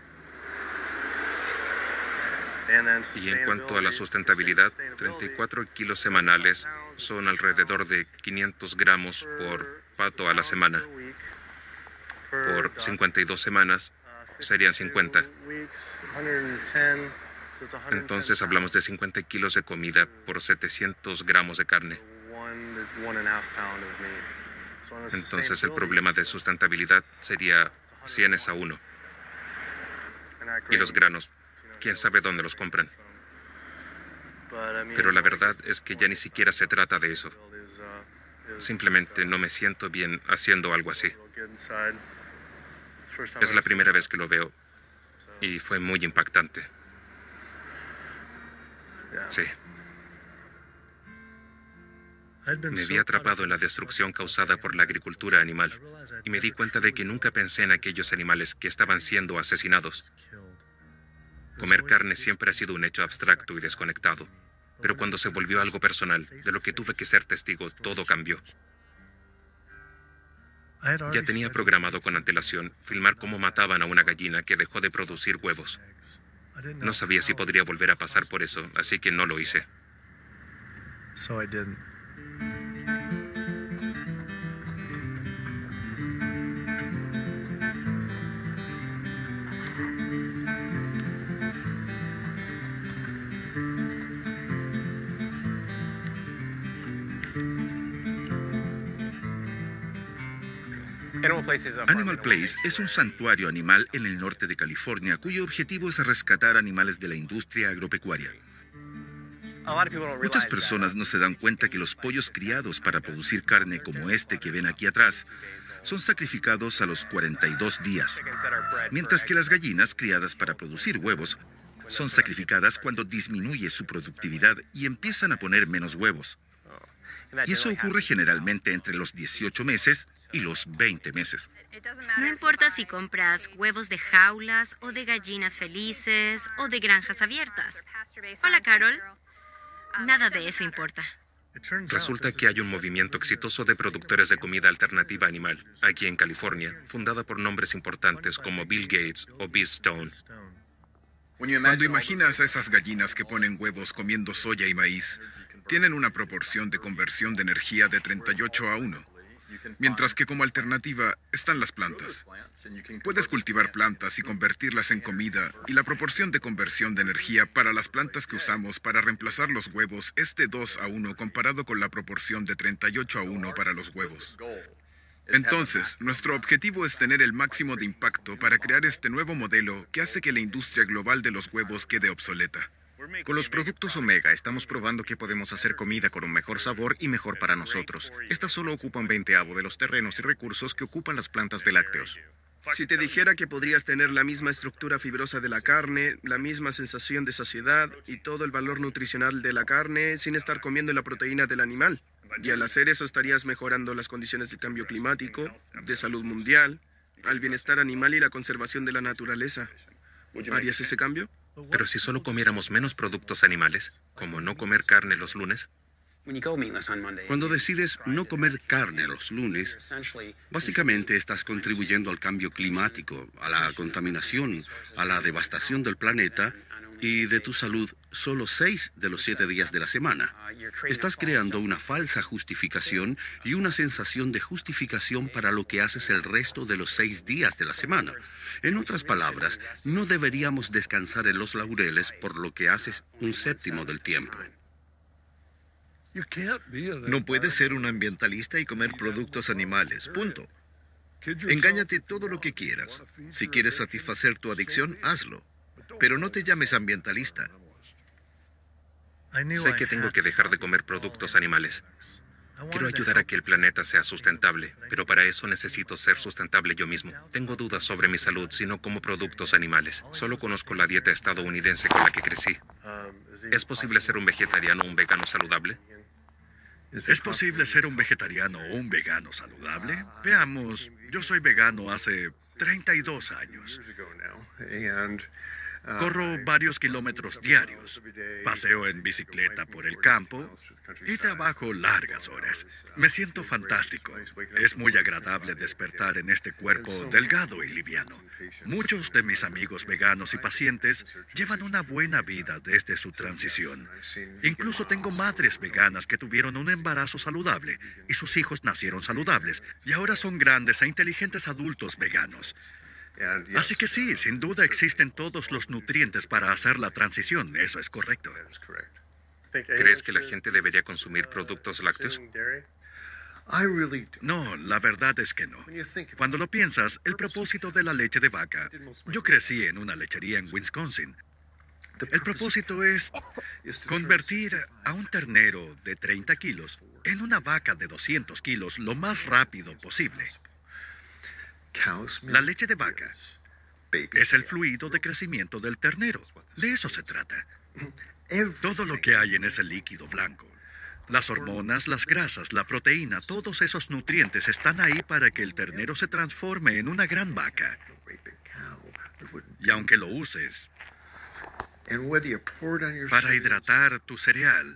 Y en cuanto a la sustentabilidad, 34 kilos semanales son alrededor de 500 gramos por pato a la semana. Por 52 semanas serían 50. Entonces hablamos de 50 kilos de comida por 700 gramos de carne. Entonces el problema de sustentabilidad sería 100:1. Y los granos, quién sabe dónde los compran. Pero la verdad es que ya ni siquiera se trata de eso. Simplemente no me siento bien haciendo algo así. Es la primera vez que lo veo y fue muy impactante. Sí. Me vi atrapado en la destrucción causada por la agricultura animal y me di cuenta de que nunca pensé en aquellos animales que estaban siendo asesinados. Comer carne siempre ha sido un hecho abstracto y desconectado, pero cuando se volvió algo personal, de lo que tuve que ser testigo, todo cambió. Ya tenía programado con antelación filmar cómo mataban a una gallina que dejó de producir huevos. No sabía si podría volver a pasar por eso, así que no lo hice. Animal Place es un santuario animal en el norte de California cuyo objetivo es rescatar animales de la industria agropecuaria. Muchas personas no se dan cuenta que los pollos criados para producir carne como este que ven aquí atrás son sacrificados a los 42 días, mientras que las gallinas criadas para producir huevos son sacrificadas cuando disminuye su productividad y empiezan a poner menos huevos. Y eso ocurre generalmente entre los 18 meses y los 20 meses. No importa si compras huevos de jaulas o de gallinas felices o de granjas abiertas. Hola, Carol. Nada de eso importa. Resulta que hay un movimiento exitoso de productores de comida alternativa animal aquí en California, fundada por nombres importantes como Bill Gates o Biz Stone. Cuando imaginas a esas gallinas que ponen huevos comiendo soya y maíz, tienen una proporción de conversión de energía de 38:1, mientras que como alternativa están las plantas. Puedes cultivar plantas y convertirlas en comida, y la proporción de conversión de energía para las plantas que usamos para reemplazar los huevos es de 2:1 comparado con la proporción de 38:1 para los huevos. Entonces, nuestro objetivo es tener el máximo de impacto para crear este nuevo modelo que hace que la industria global de los huevos quede obsoleta. Con los productos Omega estamos probando que podemos hacer comida con un mejor sabor y mejor para nosotros. Esta solo ocupa un 20avo de los terrenos y recursos que ocupan las plantas de lácteos. Si te dijera que podrías tener la misma estructura fibrosa de la carne, la misma sensación de saciedad y todo el valor nutricional de la carne sin estar comiendo la proteína del animal. Y al hacer eso estarías mejorando las condiciones de cambio climático, de salud mundial, al bienestar animal y la conservación de la naturaleza. ¿Harías ese cambio? Pero si solo comiéramos menos productos animales, como no comer carne los lunes. Cuando decides no comer carne los lunes, básicamente estás contribuyendo al cambio climático, a la contaminación, a la devastación del planeta y de tu salud solo 6 de los 7 días de la semana. Estás creando una falsa justificación y una sensación de justificación para lo que haces el resto de los 6 días de la semana. En otras palabras, no deberíamos descansar en los laureles por lo que haces un séptimo del tiempo. No puedes ser un ambientalista y comer productos animales, punto. Engáñate todo lo que quieras. Si quieres satisfacer tu adicción, hazlo. Pero no te llames ambientalista. Sé que tengo que dejar de comer productos animales. Quiero ayudar a que el planeta sea sustentable, pero para eso necesito ser sustentable yo mismo. Tengo dudas sobre mi salud si no como productos animales. Solo conozco la dieta estadounidense con la que crecí. ¿Es posible ser un vegetariano o un vegano saludable? ¿Es posible ser un vegetariano o un vegano saludable? Veamos, yo soy vegano hace 32 años. Corro varios kilómetros diarios, paseo en bicicleta por el campo y trabajo largas horas. Me siento fantástico. Es muy agradable despertar en este cuerpo delgado y liviano. Muchos de mis amigos veganos y pacientes llevan una buena vida desde su transición. Incluso tengo madres veganas que tuvieron un embarazo saludable y sus hijos nacieron saludables y ahora son grandes e inteligentes adultos veganos. Así que sí, sin duda existen todos los nutrientes para hacer la transición. Eso es correcto. ¿Crees que la gente debería consumir productos lácteos? No, la verdad es que no. Cuando lo piensas, el propósito de la leche de vaca. Yo crecí en una lechería en Wisconsin. El propósito es convertir a un ternero de 30 kilos en una vaca de 200 kilos lo más rápido posible. La leche de vaca es el fluido de crecimiento del ternero. De eso se trata. Todo lo que hay en ese líquido blanco, las hormonas, las grasas, la proteína, todos esos nutrientes están ahí para que el ternero se transforme en una gran vaca. Y aunque lo uses para hidratar tu cereal,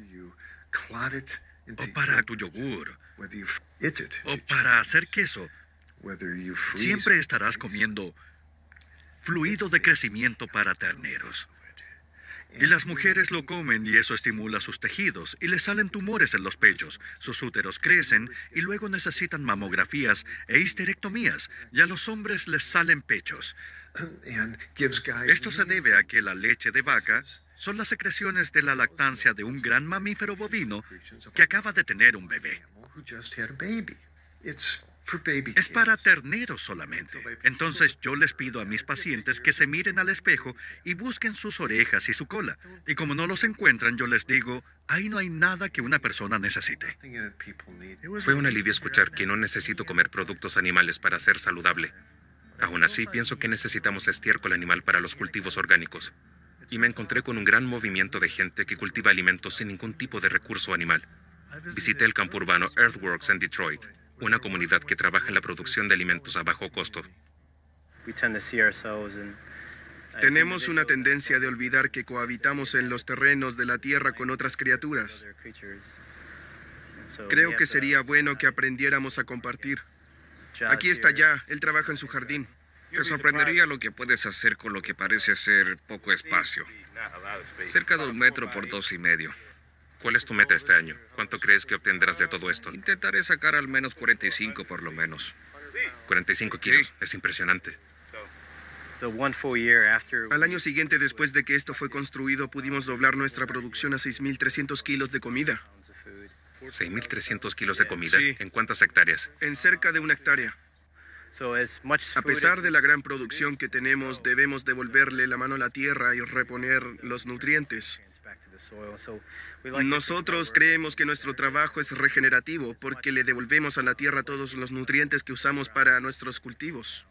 o para tu yogur, o para hacer queso, siempre estarás comiendo fluido de crecimiento para terneros. Y las mujeres lo comen y eso estimula sus tejidos y les salen tumores en los pechos. Sus úteros crecen y luego necesitan mamografías e histerectomías y a los hombres les salen pechos. Esto se debe a que la leche de vaca son las secreciones de la lactancia de un gran mamífero bovino que acaba de tener un bebé. Es para terneros solamente. Entonces yo les pido a mis pacientes que se miren al espejo y busquen sus orejas y su cola. Y como no los encuentran, yo les digo, ahí no hay nada que una persona necesite. Fue un alivio escuchar que no necesito comer productos animales para ser saludable. Aún así, pienso que necesitamos estiércol animal para los cultivos orgánicos. Y me encontré con un gran movimiento de gente que cultiva alimentos sin ningún tipo de recurso animal. Visité el campo urbano Earthworks en Detroit, una comunidad que trabaja en la producción de alimentos a bajo costo. Tenemos una tendencia de olvidar que cohabitamos en los terrenos de la tierra con otras criaturas. Creo que sería bueno que aprendiéramos a compartir. Aquí está ya, él trabaja en su jardín. Te sorprendería lo que puedes hacer con lo que parece ser poco espacio. Cerca de 1 metro por 2,5. ¿Cuál es tu meta este año? ¿Cuánto crees que obtendrás de todo esto? Intentaré sacar al menos 45 por lo menos. 45 kilos, sí. Es impresionante. Al año siguiente, después de que esto fue construido, pudimos doblar nuestra producción a 6.300 kilos de comida. 6.300 kilos de comida. Sí. ¿En cuántas hectáreas? En cerca de 1 hectárea. A pesar de la gran producción que tenemos, debemos devolverle la mano a la tierra y reponer los nutrientes. Nosotros creemos que nuestro trabajo es regenerativo porque le devolvemos a la tierra todos los nutrientes que usamos para nuestros cultivos.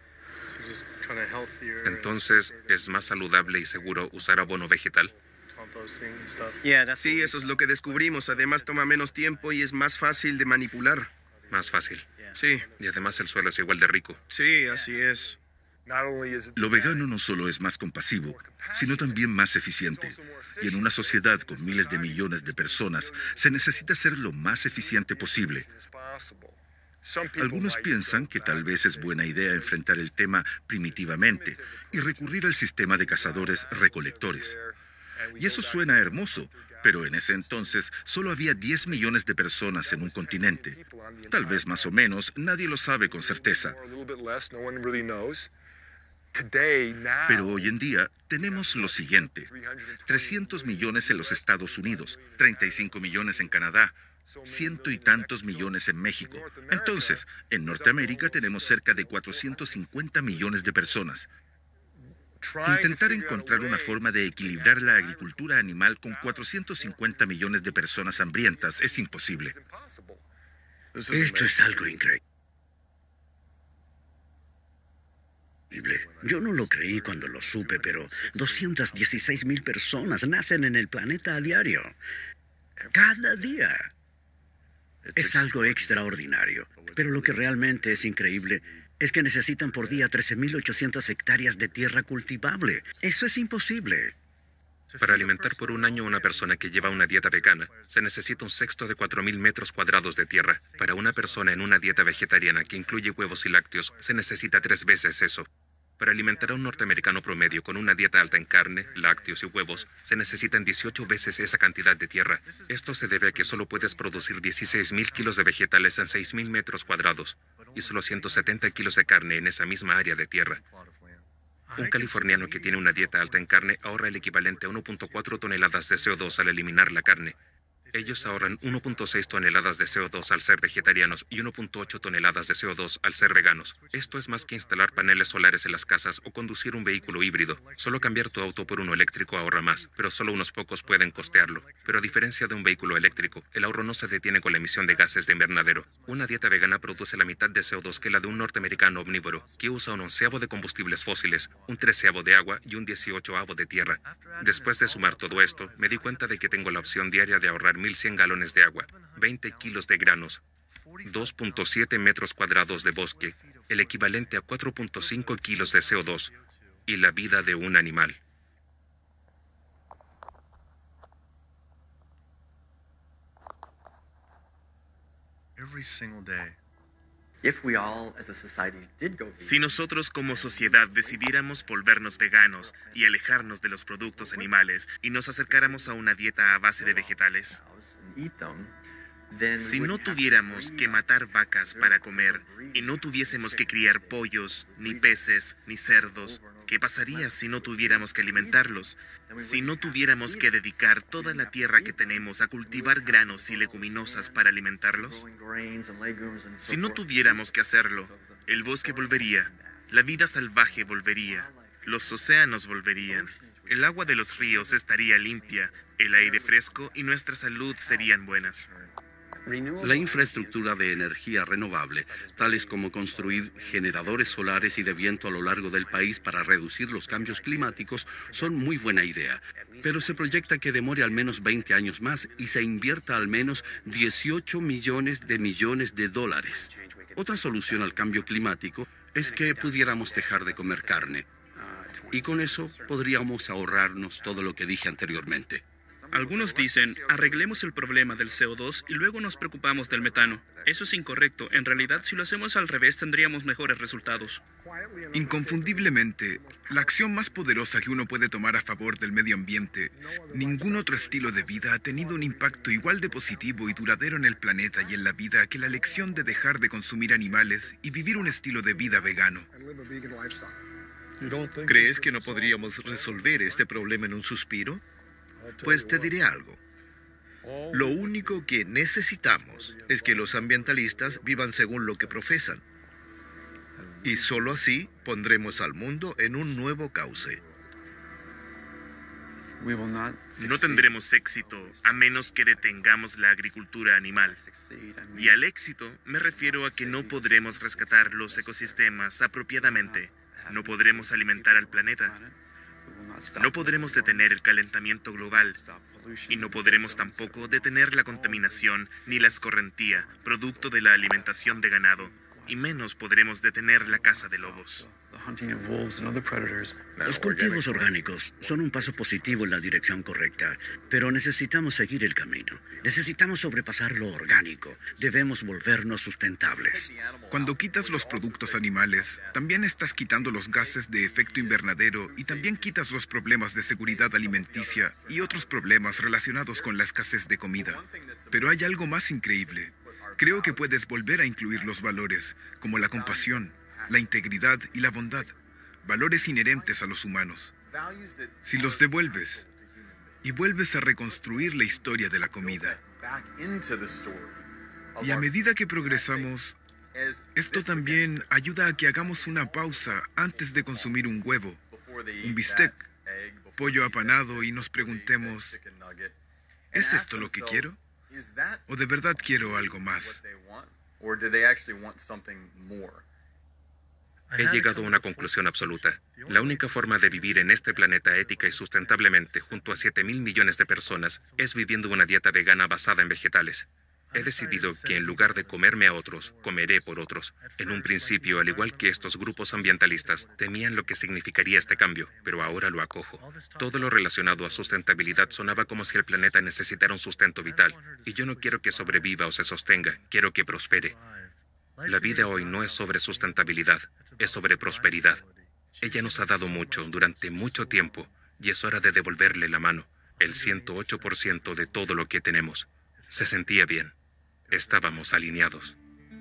Entonces, ¿es más saludable y seguro usar abono vegetal? Sí, eso es lo que descubrimos. Además, toma menos tiempo y es más fácil de manipular. Más fácil. Sí. Y además el suelo es igual de rico. Sí, así es. Lo vegano no solo es más compasivo, sino también más eficiente. Y en una sociedad con miles de millones de personas, se necesita ser lo más eficiente posible. Algunos piensan que tal vez es buena idea enfrentar el tema primitivamente y recurrir al sistema de cazadores-recolectores. Y eso suena hermoso, pero en ese entonces solo había 10 millones de personas en un continente. Tal vez más o menos, nadie lo sabe con certeza. Pero hoy en día tenemos lo siguiente: 300 millones en los Estados Unidos, 35 millones en Canadá, 100 y tantos millones en México. Entonces, en Norteamérica tenemos cerca de 450 millones de personas. Intentar encontrar una forma de equilibrar la agricultura animal con 450 millones de personas hambrientas es imposible. Esto es algo increíble. Yo no lo creí cuando lo supe, pero 216,000 personas nacen en el planeta a diario. Cada día. Es algo extraordinario. Pero lo que realmente es increíble es que necesitan por día 13.800 hectáreas de tierra cultivable. Eso es imposible. Para alimentar por un año a una persona que lleva una dieta vegana, se necesita 1/6 de 4.000 metros cuadrados de tierra. Para una persona en una dieta vegetariana que incluye huevos y lácteos, se necesita 3 veces eso. Para alimentar a un norteamericano promedio con una dieta alta en carne, lácteos y huevos, se necesitan 18 veces esa cantidad de tierra. Esto se debe a que solo puedes producir 16.000 kilos de vegetales en 6.000 metros cuadrados y solo 170 kilos de carne en esa misma área de tierra. Un californiano que tiene una dieta alta en carne ahorra el equivalente a 1.4 toneladas de CO2 al eliminar la carne. Ellos ahorran 1.6 toneladas de CO2 al ser vegetarianos y 1.8 toneladas de CO2 al ser veganos. Esto es más que instalar paneles solares en las casas o conducir un vehículo híbrido. Solo cambiar tu auto por uno eléctrico ahorra más, pero solo unos pocos pueden costearlo. Pero a diferencia de un vehículo eléctrico, el ahorro no se detiene con la emisión de gases de invernadero. Una dieta vegana produce la mitad de CO2 que la de un norteamericano omnívoro, que usa 1/11 de combustibles fósiles, 1/13 de agua y 1/18 de tierra. Después de sumar todo esto, me di cuenta de que tengo la opción diaria de ahorrar 1.100 galones de agua, 20 kilos de granos, 2.7 metros cuadrados de bosque, el equivalente a 4.5 kilos de CO2, y la vida de un animal. Si nosotros como sociedad decidiéramos volvernos veganos y alejarnos de los productos animales y nos acercáramos a una dieta a base de vegetales, si no tuviéramos que matar vacas para comer y no tuviésemos que criar pollos, ni peces, ni cerdos, ¿Qué pasaría si no tuviéramos que alimentarlos? Si no tuviéramos que dedicar toda la tierra que tenemos a cultivar granos y leguminosas para alimentarlos? Si no tuviéramos que hacerlo, el bosque volvería, la vida salvaje volvería, los océanos volverían, el agua de los ríos estaría limpia, el aire fresco y nuestra salud serían buenas. La infraestructura de energía renovable, tales como construir generadores solares y de viento a lo largo del país para reducir los cambios climáticos, son muy buena idea, pero se proyecta que demore al menos 20 años más y se invierta al menos 18 millones de dólares. Otra solución al cambio climático es que pudiéramos dejar de comer carne, y con eso podríamos ahorrarnos todo lo que dije anteriormente. Algunos dicen, arreglemos el problema del CO2 y luego nos preocupamos del metano. Eso es incorrecto. En realidad, si lo hacemos al revés, tendríamos mejores resultados. Inconfundiblemente, la acción más poderosa que uno puede tomar a favor del medio ambiente, ningún otro estilo de vida ha tenido un impacto igual de positivo y duradero en el planeta y en la vida que la elección de dejar de consumir animales y vivir un estilo de vida vegano. ¿Crees que no podríamos resolver este problema en un suspiro? Pues te diré algo. Lo único que necesitamos es que los ambientalistas vivan según lo que profesan. Y solo así pondremos al mundo en un nuevo cauce. No tendremos éxito a menos que detengamos la agricultura animal. Y al éxito me refiero a que no podremos rescatar los ecosistemas apropiadamente. No podremos alimentar al planeta. No podremos detener el calentamiento global y no podremos tampoco detener la contaminación ni la escorrentía, producto de la alimentación de ganado, y menos podremos detener la caza de lobos. Los cultivos orgánicos son un paso positivo en la dirección correcta, pero necesitamos seguir el camino. Necesitamos sobrepasar lo orgánico. Debemos volvernos sustentables. Cuando quitas los productos animales, también estás quitando los gases de efecto invernadero y también quitas los problemas de seguridad alimenticia y otros problemas relacionados con la escasez de comida. Pero hay algo más increíble. Creo que puedes volver a incluir los valores, como la compasión, la integridad y la bondad, valores inherentes a los humanos. Si los devuelves y vuelves a reconstruir la historia de la comida. Y a medida que progresamos, esto también ayuda a que hagamos una pausa antes de consumir un huevo, un bistec, pollo apanado y nos preguntemos, ¿es esto lo que quiero? ¿O de verdad quiero algo más? He llegado a una conclusión absoluta. La única forma de vivir en este planeta ética y sustentablemente junto a 7.000 millones de personas es viviendo una dieta vegana basada en vegetales. He decidido que en lugar de comerme a otros, comeré por otros. En un principio, al igual que estos grupos ambientalistas, temían lo que significaría este cambio, pero ahora lo acojo. Todo lo relacionado a sustentabilidad sonaba como si el planeta necesitara un sustento vital, y yo no quiero que sobreviva o se sostenga, quiero que prospere. La vida hoy no es sobre sustentabilidad, es sobre prosperidad. Ella nos ha dado mucho durante mucho tiempo y es hora de devolverle la mano, el 108% de todo lo que tenemos. Se sentía bien. Estábamos alineados.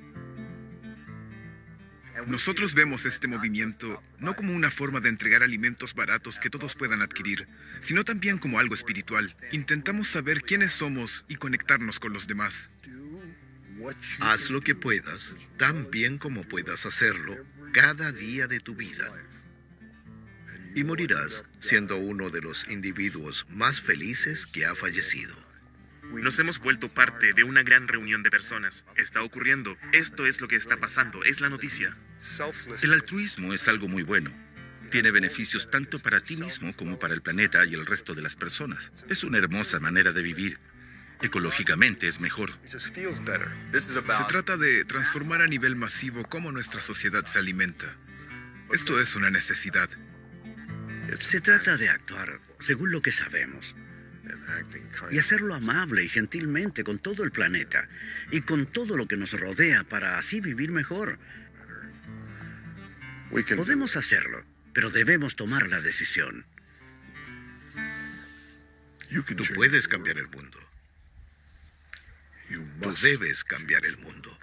Nosotros vemos este movimiento no como una forma de entregar alimentos baratos que todos puedan adquirir, sino también como algo espiritual. Intentamos saber quiénes somos y conectarnos con los demás. Haz lo que puedas, tan bien como puedas hacerlo, cada día de tu vida. Y morirás siendo uno de los individuos más felices que ha fallecido. Nos hemos vuelto parte de una gran reunión de personas. Está ocurriendo. Esto es lo que está pasando. Es la noticia. El altruismo es algo muy bueno. Tiene beneficios tanto para ti mismo como para el planeta y el resto de las personas. Es una hermosa manera de vivir. Ecológicamente es mejor. Se trata de transformar a nivel masivo cómo nuestra sociedad se alimenta. Esto es una necesidad. Se trata de actuar según lo que sabemos y hacerlo amable y gentilmente con todo el planeta y con todo lo que nos rodea para así vivir mejor. Podemos hacerlo, pero debemos tomar la decisión. Tú puedes cambiar el mundo. Tú debes cambiar el mundo.